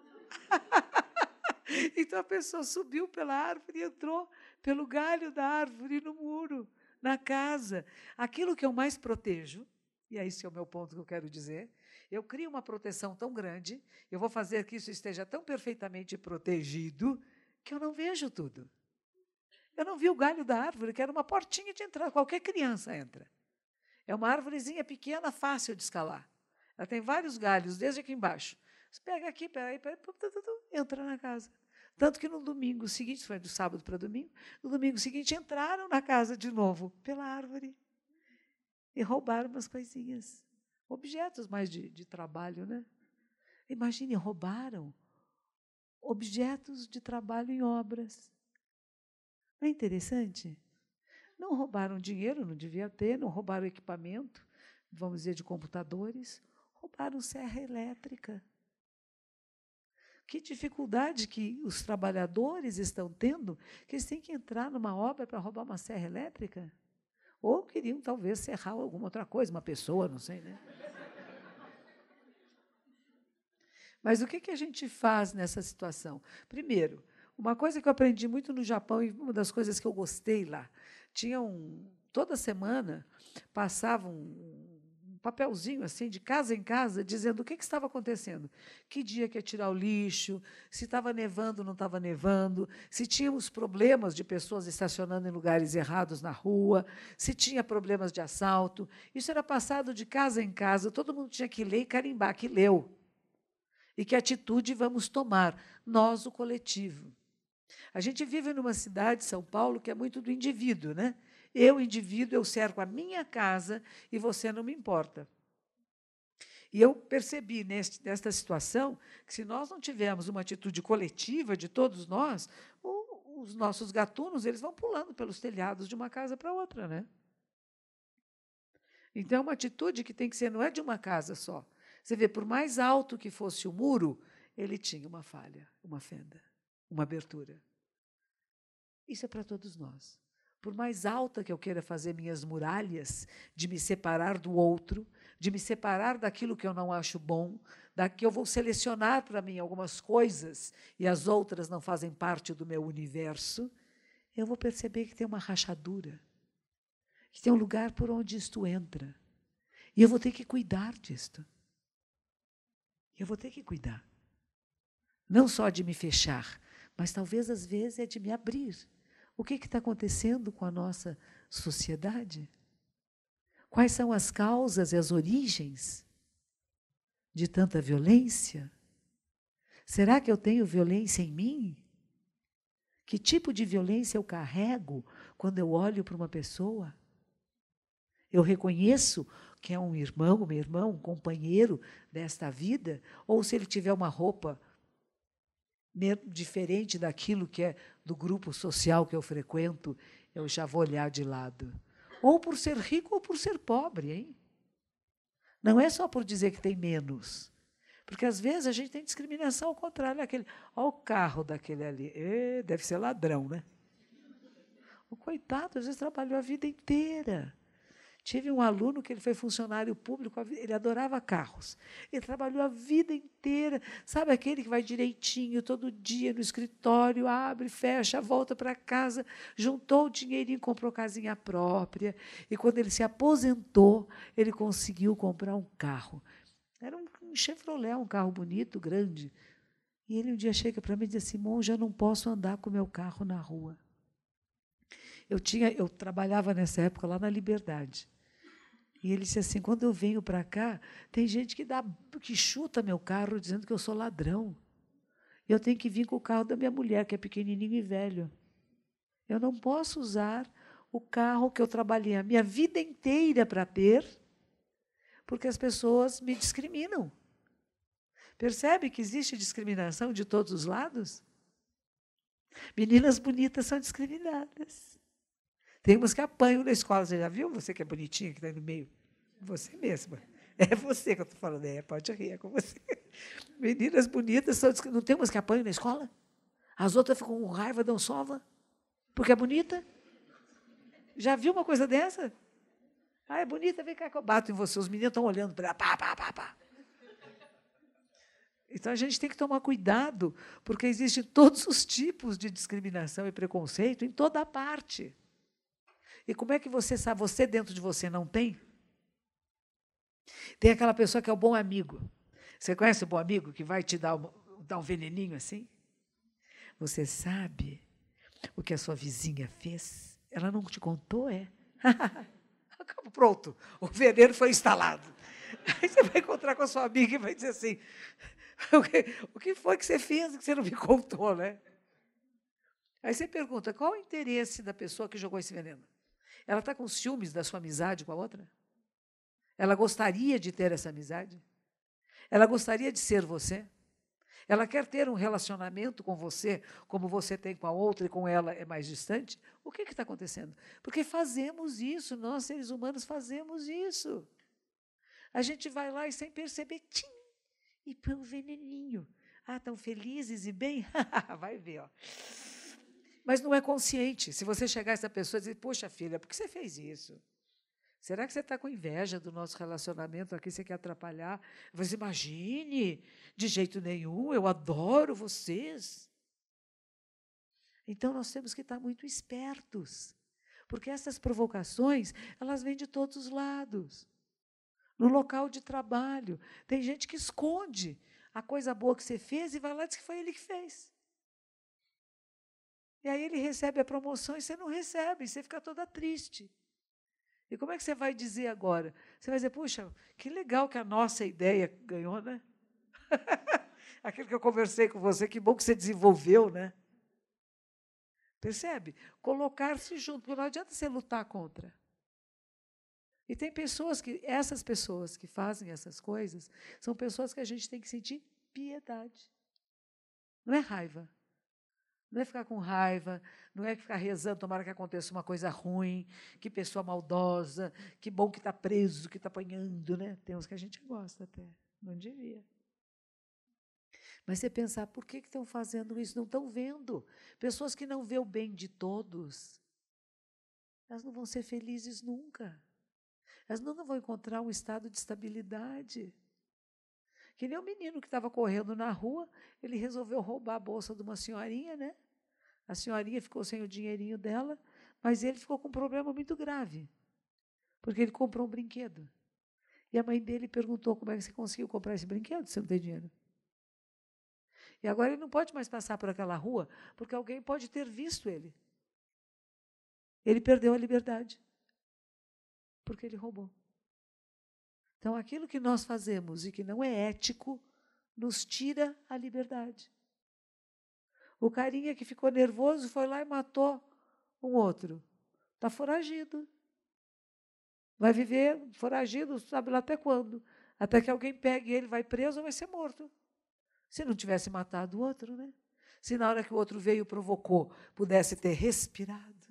Então a pessoa subiu pela árvore e entrou pelo galho da árvore no muro, na casa. Aquilo que eu mais protejo, e é esse é o meu ponto que eu quero dizer, eu crio uma proteção tão grande, eu vou fazer que isso esteja tão perfeitamente protegido, que eu não vejo tudo. Eu não vi o galho da árvore, que era uma portinha de entrada, qualquer criança entra. É uma árvorezinha pequena, fácil de escalar. Ela tem vários galhos, desde aqui embaixo. Você pega aqui, pega aí, pega, entra na casa. Tanto que no domingo seguinte, foi do sábado para domingo, no domingo seguinte entraram na casa de novo, pela árvore, e roubaram umas coisinhas. Objetos mais de, de trabalho, né? Imagine, roubaram objetos de trabalho em obras. Não é interessante? Não roubaram dinheiro, não devia ter, não roubaram equipamento, vamos dizer, de computadores, roubaram serra elétrica. Que dificuldade que os trabalhadores estão tendo, que eles têm que entrar numa obra para roubar uma serra elétrica? Ou queriam, talvez, serrar alguma outra coisa, uma pessoa, não sei, né? Mas o que, que a gente faz nessa situação? Primeiro, uma coisa que eu aprendi muito no Japão, e uma das coisas que eu gostei lá, tinha um, toda semana passava um, um papelzinho assim, de casa em casa, dizendo o que, que estava acontecendo, que dia que ia tirar o lixo, se estava nevando ou não estava nevando, se tínhamos problemas de pessoas estacionando em lugares errados na rua, se tinha problemas de assalto. Isso era passado de casa em casa, todo mundo tinha que ler e carimbar que leu. E que atitude vamos tomar, nós, o coletivo. A gente vive numa cidade, São Paulo, que é muito do indivíduo, né? Eu, indivíduo, eu cerco a minha casa e você não me importa. E eu percebi neste, nesta situação que, se nós não tivermos uma atitude coletiva de todos nós, o, os nossos gatunos eles vão pulando pelos telhados de uma casa para outra, né? Então, é uma atitude que tem que ser, não é de uma casa só. Você vê, por mais alto que fosse o muro, ele tinha uma falha, uma fenda, uma abertura. Isso é para todos nós. Por mais alta que eu queira fazer minhas muralhas, de me separar do outro, de me separar daquilo que eu não acho bom, da que eu vou selecionar para mim algumas coisas e as outras não fazem parte do meu universo, eu vou perceber que tem uma rachadura, que tem um lugar por onde isto entra. E eu vou ter que cuidar disto. Eu vou ter que cuidar. Não só de me fechar, mas talvez, às vezes, é de me abrir. O que está acontecendo com a nossa sociedade? Quais são as causas e as origens de tanta violência? Será que eu tenho violência em mim? Que tipo de violência eu carrego quando eu olho para uma pessoa? Eu reconheço que é um irmão, um irmão, um companheiro desta vida, ou se ele tiver uma roupa diferente daquilo que é do grupo social que eu frequento, eu já vou olhar de lado. Ou por ser rico ou por ser pobre, hein? Não é só por dizer que tem menos. Porque, às vezes, a gente tem discriminação ao contrário. Aquele, olha o carro daquele ali. E, deve ser ladrão, né? O coitado, às vezes, trabalhou a vida inteira. Tive um aluno que ele foi funcionário público, ele adorava carros. Ele trabalhou a vida inteira. Sabe aquele que vai direitinho, todo dia no escritório, abre, fecha, volta para casa, juntou o dinheirinho, comprou casinha própria. E, quando ele se aposentou, ele conseguiu comprar um carro. Era um Chevrolet, um carro bonito, grande. E ele um dia chega para mim e diz assim, Monja, eu não posso andar com o meu carro na rua. Eu, tinha, eu trabalhava nessa época lá na Liberdade. E ele disse assim, quando eu venho para cá, tem gente que, dá, que chuta meu carro dizendo que eu sou ladrão. Eu tenho que vir com o carro da minha mulher, que é pequenininho e velho. Eu não posso usar o carro que eu trabalhei a minha vida inteira para ter, porque as pessoas me discriminam. Percebe que existe discriminação de todos os lados? Meninas bonitas são discriminadas. Tem umas que apanham na escola. Você já viu? Você que é bonitinha, que está aí no meio. Você mesma. É você que eu estou falando. É, pode rir, é com você. Meninas bonitas são discriminadas. Não tem umas que apanham na escola? As outras ficam com raiva, dão sova, porque é bonita? Já viu uma coisa dessa? Ah, é bonita, vem cá que eu bato em você. Os meninos estão olhando para ela. Pá, pá, pá, pá. Então, a gente tem que tomar cuidado, porque existem todos os tipos de discriminação e preconceito em toda a parte. E como é que você sabe? Você dentro de você não tem? Tem aquela pessoa que é o bom amigo. Você conhece o bom amigo que vai te dar um, dar um veneninho assim? Você sabe o que a sua vizinha fez? Ela não te contou, é? pronto, o veneno foi instalado. Aí você vai encontrar com a sua amiga e vai dizer assim, o que, o que foi que você fez que você não me contou, né? Aí você pergunta, qual o interesse da pessoa que jogou esse veneno? Ela está com ciúmes da sua amizade com a outra? Ela gostaria de ter essa amizade? Ela gostaria de ser você? Ela quer ter um relacionamento com você, como você tem com a outra e com ela é mais distante? O que está acontecendo? Porque fazemos isso, nós seres humanos fazemos isso. A gente vai lá e sem perceber, tchim, e põe um veneninho. Ah, estão felizes e bem? Vai ver, ó. Mas não é consciente. Se você chegar a essa pessoa e dizer, poxa, filha, por que você fez isso? Será que você está com inveja do nosso relacionamento aqui, você quer atrapalhar? Mas imagine, de jeito nenhum, eu adoro vocês. Então, nós temos que estar muito espertos, porque essas provocações, elas vêm de todos os lados. No local de trabalho, tem gente que esconde a coisa boa que você fez e vai lá e diz que foi ele que fez. E aí ele recebe a promoção e você não recebe, e você fica toda triste. E como é que você vai dizer agora? Você vai dizer, puxa, que legal que a nossa ideia ganhou, né? Aquilo que eu conversei com você, que bom que você desenvolveu, né? Percebe? Colocar-se junto, porque não adianta você lutar contra. E tem pessoas que, essas pessoas que fazem essas coisas, são pessoas que a gente tem que sentir piedade. Não é raiva. Não é ficar com raiva, não é ficar rezando, tomara que aconteça uma coisa ruim, que pessoa maldosa, que bom que está preso, que está apanhando, né? Tem uns que a gente gosta até, não devia. Mas você pensar, por que que estão fazendo isso? Não estão vendo. Pessoas que não vê o bem de todos, elas não vão ser felizes nunca. Elas não vão encontrar um estado de estabilidade. Que nem o menino que estava correndo na rua, ele resolveu roubar a bolsa de uma senhorinha, né? A senhorinha ficou sem o dinheirinho dela, mas ele ficou com um problema muito grave, porque ele comprou um brinquedo. E a mãe dele perguntou, como é que você conseguiu comprar esse brinquedo, se você não tem dinheiro? E agora ele não pode mais passar por aquela rua, porque alguém pode ter visto ele. Ele perdeu a liberdade, porque ele roubou. Então, aquilo que nós fazemos e que não é ético, nos tira a liberdade. O carinha que ficou nervoso foi lá e matou um outro. Está foragido. Vai viver foragido, sabe lá até quando? Até que alguém pegue ele, vai preso ou vai ser morto. Se não tivesse matado o outro, né? Se na hora que o outro veio e provocou, pudesse ter respirado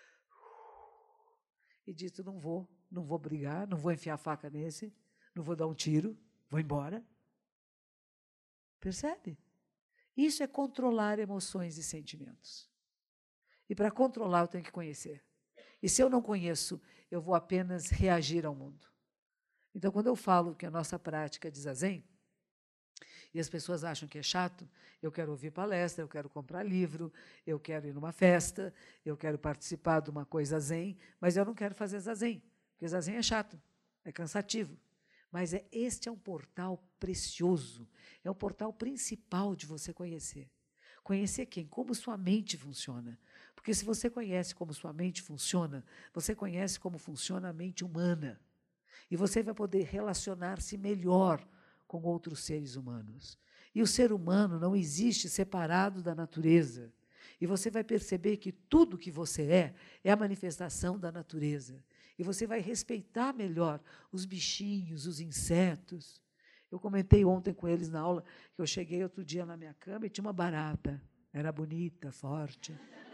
e dito, não vou, não vou brigar, não vou enfiar a faca nesse, não vou dar um tiro, vou embora. Percebe? Isso é controlar emoções e sentimentos. E para controlar eu tenho que conhecer. E se eu não conheço, eu vou apenas reagir ao mundo. Então, quando eu falo que a nossa prática é de zazen, e as pessoas acham que é chato, eu quero ouvir palestra, eu quero comprar livro, eu quero ir numa festa, eu quero participar de uma coisa zen, mas eu não quero fazer zazen, porque zazen é chato, é cansativo. Mas é, este é um portal precioso, é o portal principal de você conhecer. Conhecer quem? Como sua mente funciona. Porque se você conhece como sua mente funciona, você conhece como funciona a mente humana. E você vai poder relacionar-se melhor com outros seres humanos. E o ser humano não existe separado da natureza. E você vai perceber que tudo que você é, é a manifestação da natureza. E você vai respeitar melhor os bichinhos, os insetos. Eu comentei ontem com eles na aula que eu cheguei outro dia na minha cama e tinha uma barata. Era bonita, forte.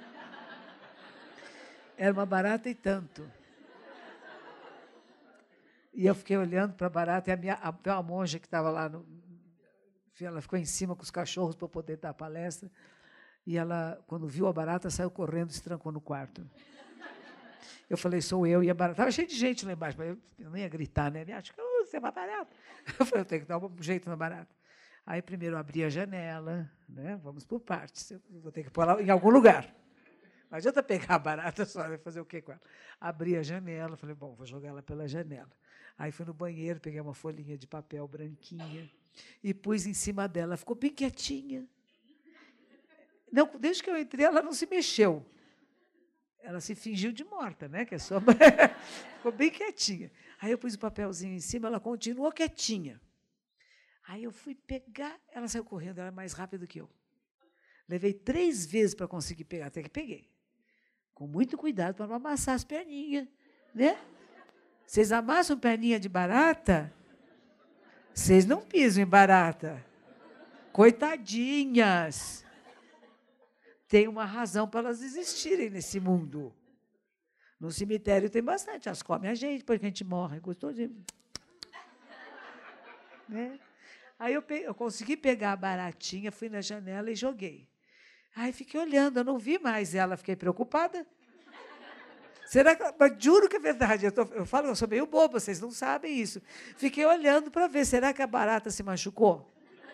Era uma barata e tanto. E eu fiquei olhando para a barata, e a minha, a, uma monja que estava lá, no, ela ficou em cima com os cachorros para poder dar a palestra, e ela, quando viu a barata, saiu correndo e se trancou no quarto. Eu falei, sou eu, e a barata. Estava cheio de gente lá embaixo, mas eu, eu não ia gritar, né? Acho que oh, você é uma barata. Eu falei, eu tenho que dar um jeito na barata. Aí, primeiro, eu abri a janela, né? Vamos por partes, eu vou ter que pôr ela em algum lugar. Não adianta pegar a barata só, vai fazer o quê com ela? Abri a janela, falei, bom, vou jogar ela pela janela. Aí fui no banheiro, peguei uma folhinha de papel branquinha e pus em cima dela. Ficou bem quietinha. Não, desde que eu entrei, ela não se mexeu. Ela se fingiu de morta, né? Que é só... Ficou bem quietinha. Aí eu pus o papelzinho em cima, ela continuou quietinha. Aí eu fui pegar, ela saiu correndo, ela é mais rápida que eu. Levei três vezes para conseguir pegar, até que peguei. Com muito cuidado para não amassar as perninhas, né? Vocês amassam perninha de barata? Vocês não pisam em barata. Coitadinhas. Tem uma razão para elas existirem nesse mundo. No cemitério tem bastante. Elas comem a gente, depois que a gente morre. Gostou de... Né? Aí eu, peguei, eu consegui pegar a baratinha, fui na janela e joguei. Aí fiquei olhando, eu não vi mais ela, fiquei preocupada. Será que... Mas juro que é verdade, eu, tô, eu falo que eu sou meio boba, vocês não sabem isso. Fiquei olhando para ver, será que a barata se machucou?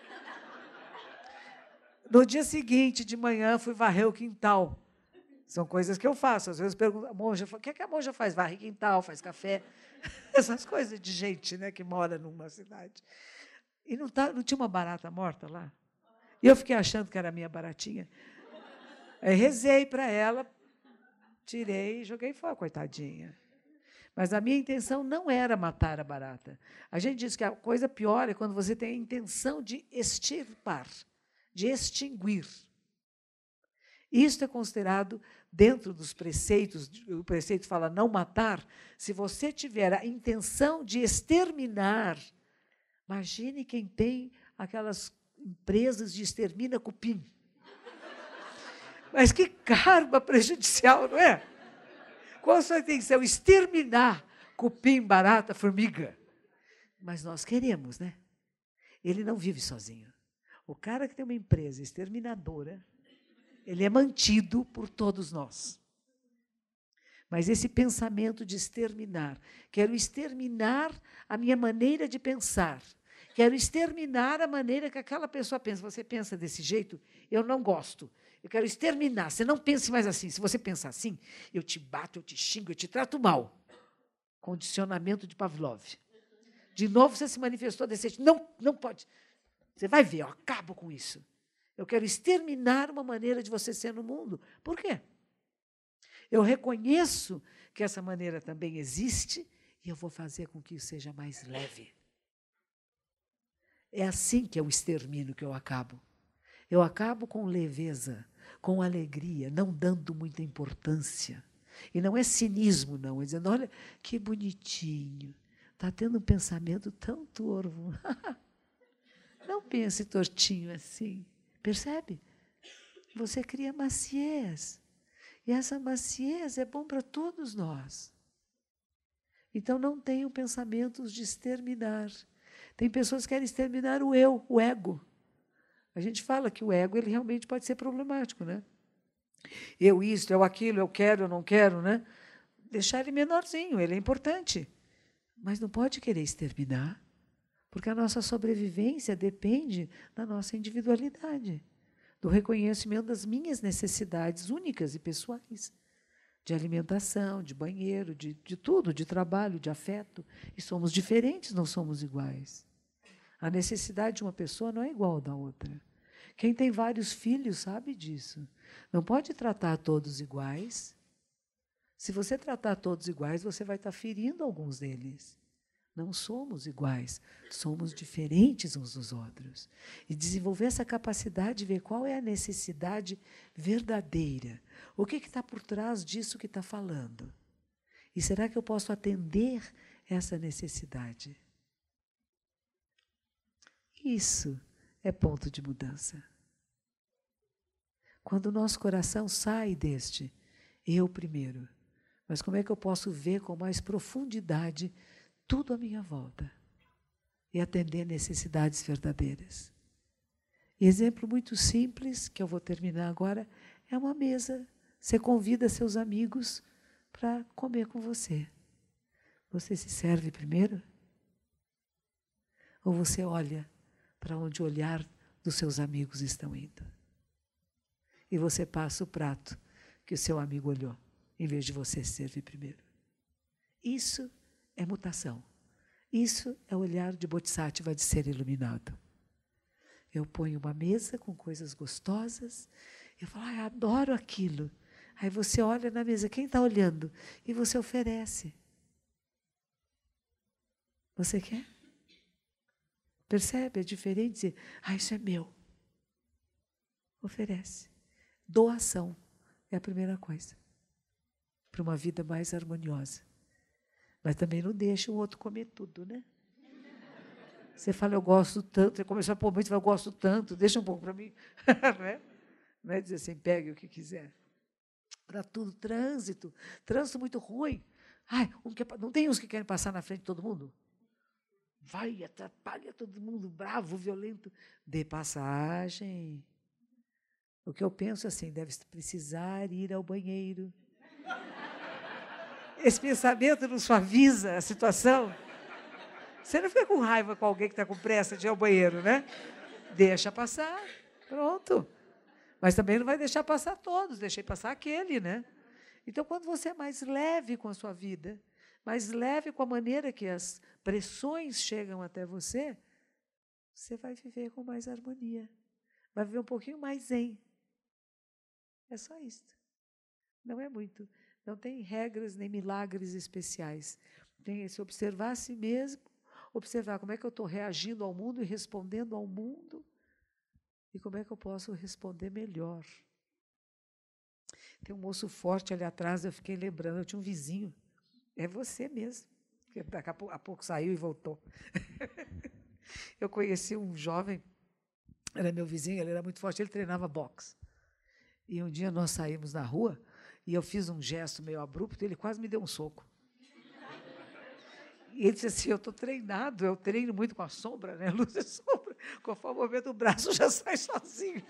No dia seguinte, de manhã, fui varrer o quintal. São coisas que eu faço. Às vezes pergunto, a monja, o que, é que a monja faz? Varre quintal, faz café. Essas coisas de gente, né, que mora numa cidade. E não, tá, não tinha uma barata morta lá? E eu fiquei achando que era a minha baratinha. Aí rezei para ela, tirei e joguei fora, coitadinha. Mas a minha intenção não era matar a barata. A gente diz que a coisa pior é quando você tem a intenção de extirpar, de extinguir. Isso é considerado, dentro dos preceitos, o preceito fala não matar, se você tiver a intenção de exterminar, imagine quem tem aquelas empresas de extermina cupim. Mas que karma prejudicial, não é? Qual a sua intenção? Exterminar cupim, barata, formiga. Mas nós queremos, né? Ele não vive sozinho. O cara que tem uma empresa exterminadora, ele é mantido por todos nós. Mas esse pensamento de exterminar, quero exterminar a minha maneira de pensar, quero exterminar a maneira que aquela pessoa pensa. Você pensa desse jeito? Eu não gosto. Eu quero exterminar. Você não pense mais assim. Se você pensar assim, eu te bato, eu te xingo, eu te trato mal. Condicionamento de Pavlov. De novo você se manifestou desse jeito. Não, não pode. Você vai ver, eu acabo com isso. Eu quero exterminar uma maneira de você ser no mundo. Por quê? Eu reconheço que essa maneira também existe e eu vou fazer com que isso seja mais leve. É assim que é o extermínio que eu acabo. Eu acabo com leveza, com alegria, não dando muita importância. E não é cinismo, não. É dizendo, olha, que bonitinho. Está tendo um pensamento tão torvo. Não pense tortinho assim. Percebe? Você cria maciez. E essa maciez é bom para todos nós. Então, não tenham pensamentos de exterminar. Tem pessoas que querem exterminar o eu, o ego. A gente fala que o ego ele realmente pode ser problemático, né? Eu isto, eu aquilo, eu quero, eu não quero, né? Deixar ele menorzinho, ele é importante. Mas não pode querer exterminar, porque a nossa sobrevivência depende da nossa individualidade, do reconhecimento das minhas necessidades únicas e pessoais, de alimentação, de banheiro, de, de tudo, de trabalho, de afeto. E somos diferentes, não somos iguais. A necessidade de uma pessoa não é igual à da outra. Quem tem vários filhos sabe disso. Não pode tratar todos iguais. Se você tratar todos iguais, você vai estar ferindo alguns deles. Não somos iguais, somos diferentes uns dos outros. E desenvolver essa capacidade de ver qual é a necessidade verdadeira. O que está por trás disso que está falando? E será que eu posso atender essa necessidade? Isso é ponto de mudança. Quando o nosso coração sai deste eu primeiro, mas como é que eu posso ver com mais profundidade tudo à minha volta e atender necessidades verdadeiras? E exemplo muito simples, que eu vou terminar agora, é uma mesa. Você convida seus amigos para comer com você. Você se serve primeiro? Ou você olha para onde o olhar dos seus amigos estão indo? E você passa o prato que o seu amigo olhou, em vez de você se servir primeiro. Isso é mutação. Isso é o olhar de Bodhisattva de ser iluminado. Eu ponho uma mesa com coisas gostosas, eu falo, ah, adoro aquilo, Aí você olha na mesa, quem está olhando? E você oferece. Você quer? Percebe? É diferente dizer, ah, isso é meu. Oferece. Doação é a primeira coisa. Para uma vida mais harmoniosa. Mas também não deixa o outro comer tudo, né? Você fala, eu gosto tanto, você começou a pôr muito, você fala, eu gosto tanto, deixa um pouco para mim. Não é? Não é dizer assim, pegue o que quiser. Para tudo, trânsito, trânsito muito ruim. Ai, um que, não tem uns que querem passar na frente de todo mundo? Vai, atrapalha todo mundo, bravo, violento. Dê passagem. O que eu penso assim, deve precisar ir ao banheiro. Esse pensamento não suaviza a situação. Você não fica com raiva com alguém que está com pressa de ir ao banheiro, né? Deixa passar, pronto. Mas também não vai deixar passar todos, deixei passar aquele, né? Então, quando você é mais leve com a sua vida, mais leve com a maneira que as pressões chegam até você, você vai viver com mais harmonia. Vai viver um pouquinho mais zen. É só isso. Não é muito. Não tem regras nem milagres especiais. Tem esse observar a si mesmo, observar como é que eu estou reagindo ao mundo e respondendo ao mundo, e como é que eu posso responder melhor. Tem um moço forte ali atrás, eu fiquei lembrando, eu tinha um vizinho, é você mesmo, que daqui a pouco, a pouco saiu e voltou. Eu conheci um jovem, era meu vizinho, ele era muito forte, ele treinava boxe. E um dia nós saímos na rua, e eu fiz um gesto meio abrupto, e ele quase me deu um soco. E ele disse assim, eu estou treinado, eu treino muito com a sombra, né? Luz e sombra. Conforme o movimento do braço, já sai sozinho.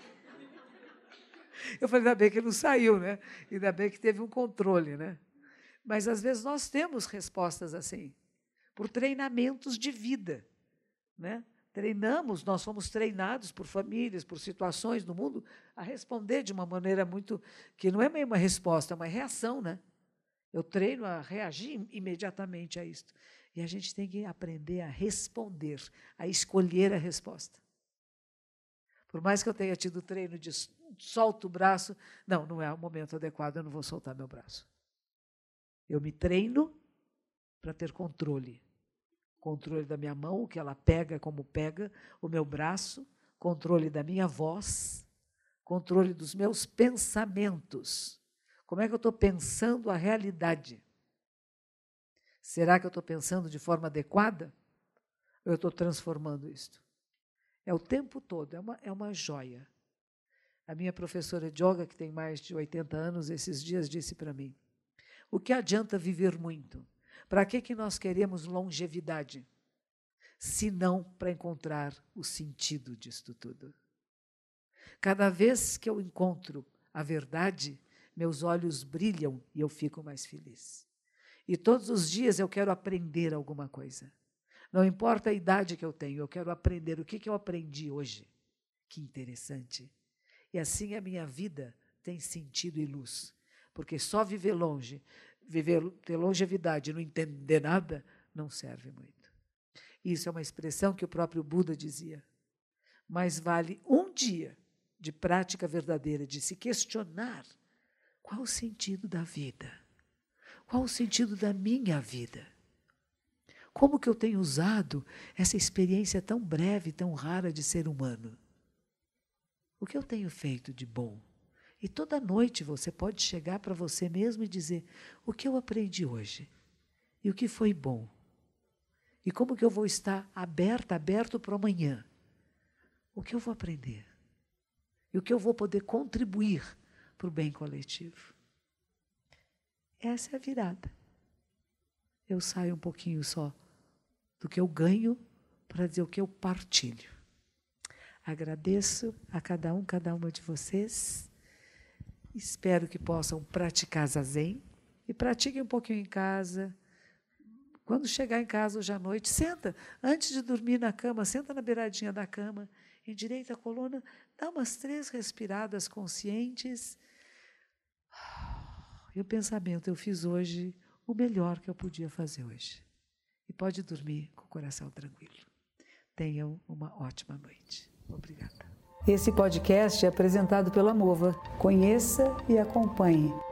Eu falei, ainda bem que ele não saiu, né? Ainda bem que teve um controle, né? Mas, às vezes, nós temos respostas assim, por treinamentos de vida, né? Treinamos, nós fomos treinados por famílias, por situações no mundo, a responder de uma maneira muito, que não é meio uma resposta, é uma reação, né? Eu treino a reagir imediatamente a isto. E a gente tem que aprender a responder, a escolher a resposta. Por mais que eu tenha tido treino de solto o braço, não, não é o momento adequado, eu não vou soltar meu braço. Eu me treino para ter controle. Controle da minha mão, o que ela pega, como pega, o meu braço, controle da minha voz, controle dos meus pensamentos. Como é que eu estou pensando a realidade? Será que eu estou pensando de forma adequada? Ou eu estou transformando isto? É o tempo todo, é uma, é uma joia. A minha professora de yoga, que tem mais de oitenta anos, esses dias disse para mim, o que adianta viver muito? Para que, que nós queremos longevidade? Se não para encontrar o sentido disto tudo. Cada vez que eu encontro a verdade, meus olhos brilham e eu fico mais feliz. E todos os dias eu quero aprender alguma coisa. Não importa a idade que eu tenho, eu quero aprender. O que, que eu aprendi hoje? Que interessante. E assim a minha vida tem sentido e luz. Porque só viver longe, viver, ter longevidade e não entender nada, não serve muito. Isso é uma expressão que o próprio Buda dizia. Mas vale um dia de prática verdadeira, de se questionar qual o sentido da vida? Qual o sentido da minha vida? Como que eu tenho usado essa experiência tão breve, tão rara de ser humano? O que eu tenho feito de bom? E toda noite você pode chegar para você mesmo e dizer, o que eu aprendi hoje? E o que foi bom? E como que eu vou estar aberta, aberto para o amanhã? O que eu vou aprender? E o que eu vou poder contribuir para o bem coletivo? Essa é a virada. Eu saio um pouquinho só do que eu ganho para dizer o que eu partilho. Agradeço a cada um, cada uma de vocês. Espero que possam praticar zazen e pratiquem um pouquinho em casa. Quando chegar em casa hoje à noite, senta, antes de dormir na cama, senta na beiradinha da cama, endireita a coluna, dá umas três respiradas conscientes. E o pensamento, eu fiz hoje o melhor que eu podia fazer hoje. E pode dormir com o coração tranquilo. Tenham uma ótima noite. Obrigada. Esse podcast é apresentado pela Mova. Conheça e acompanhe.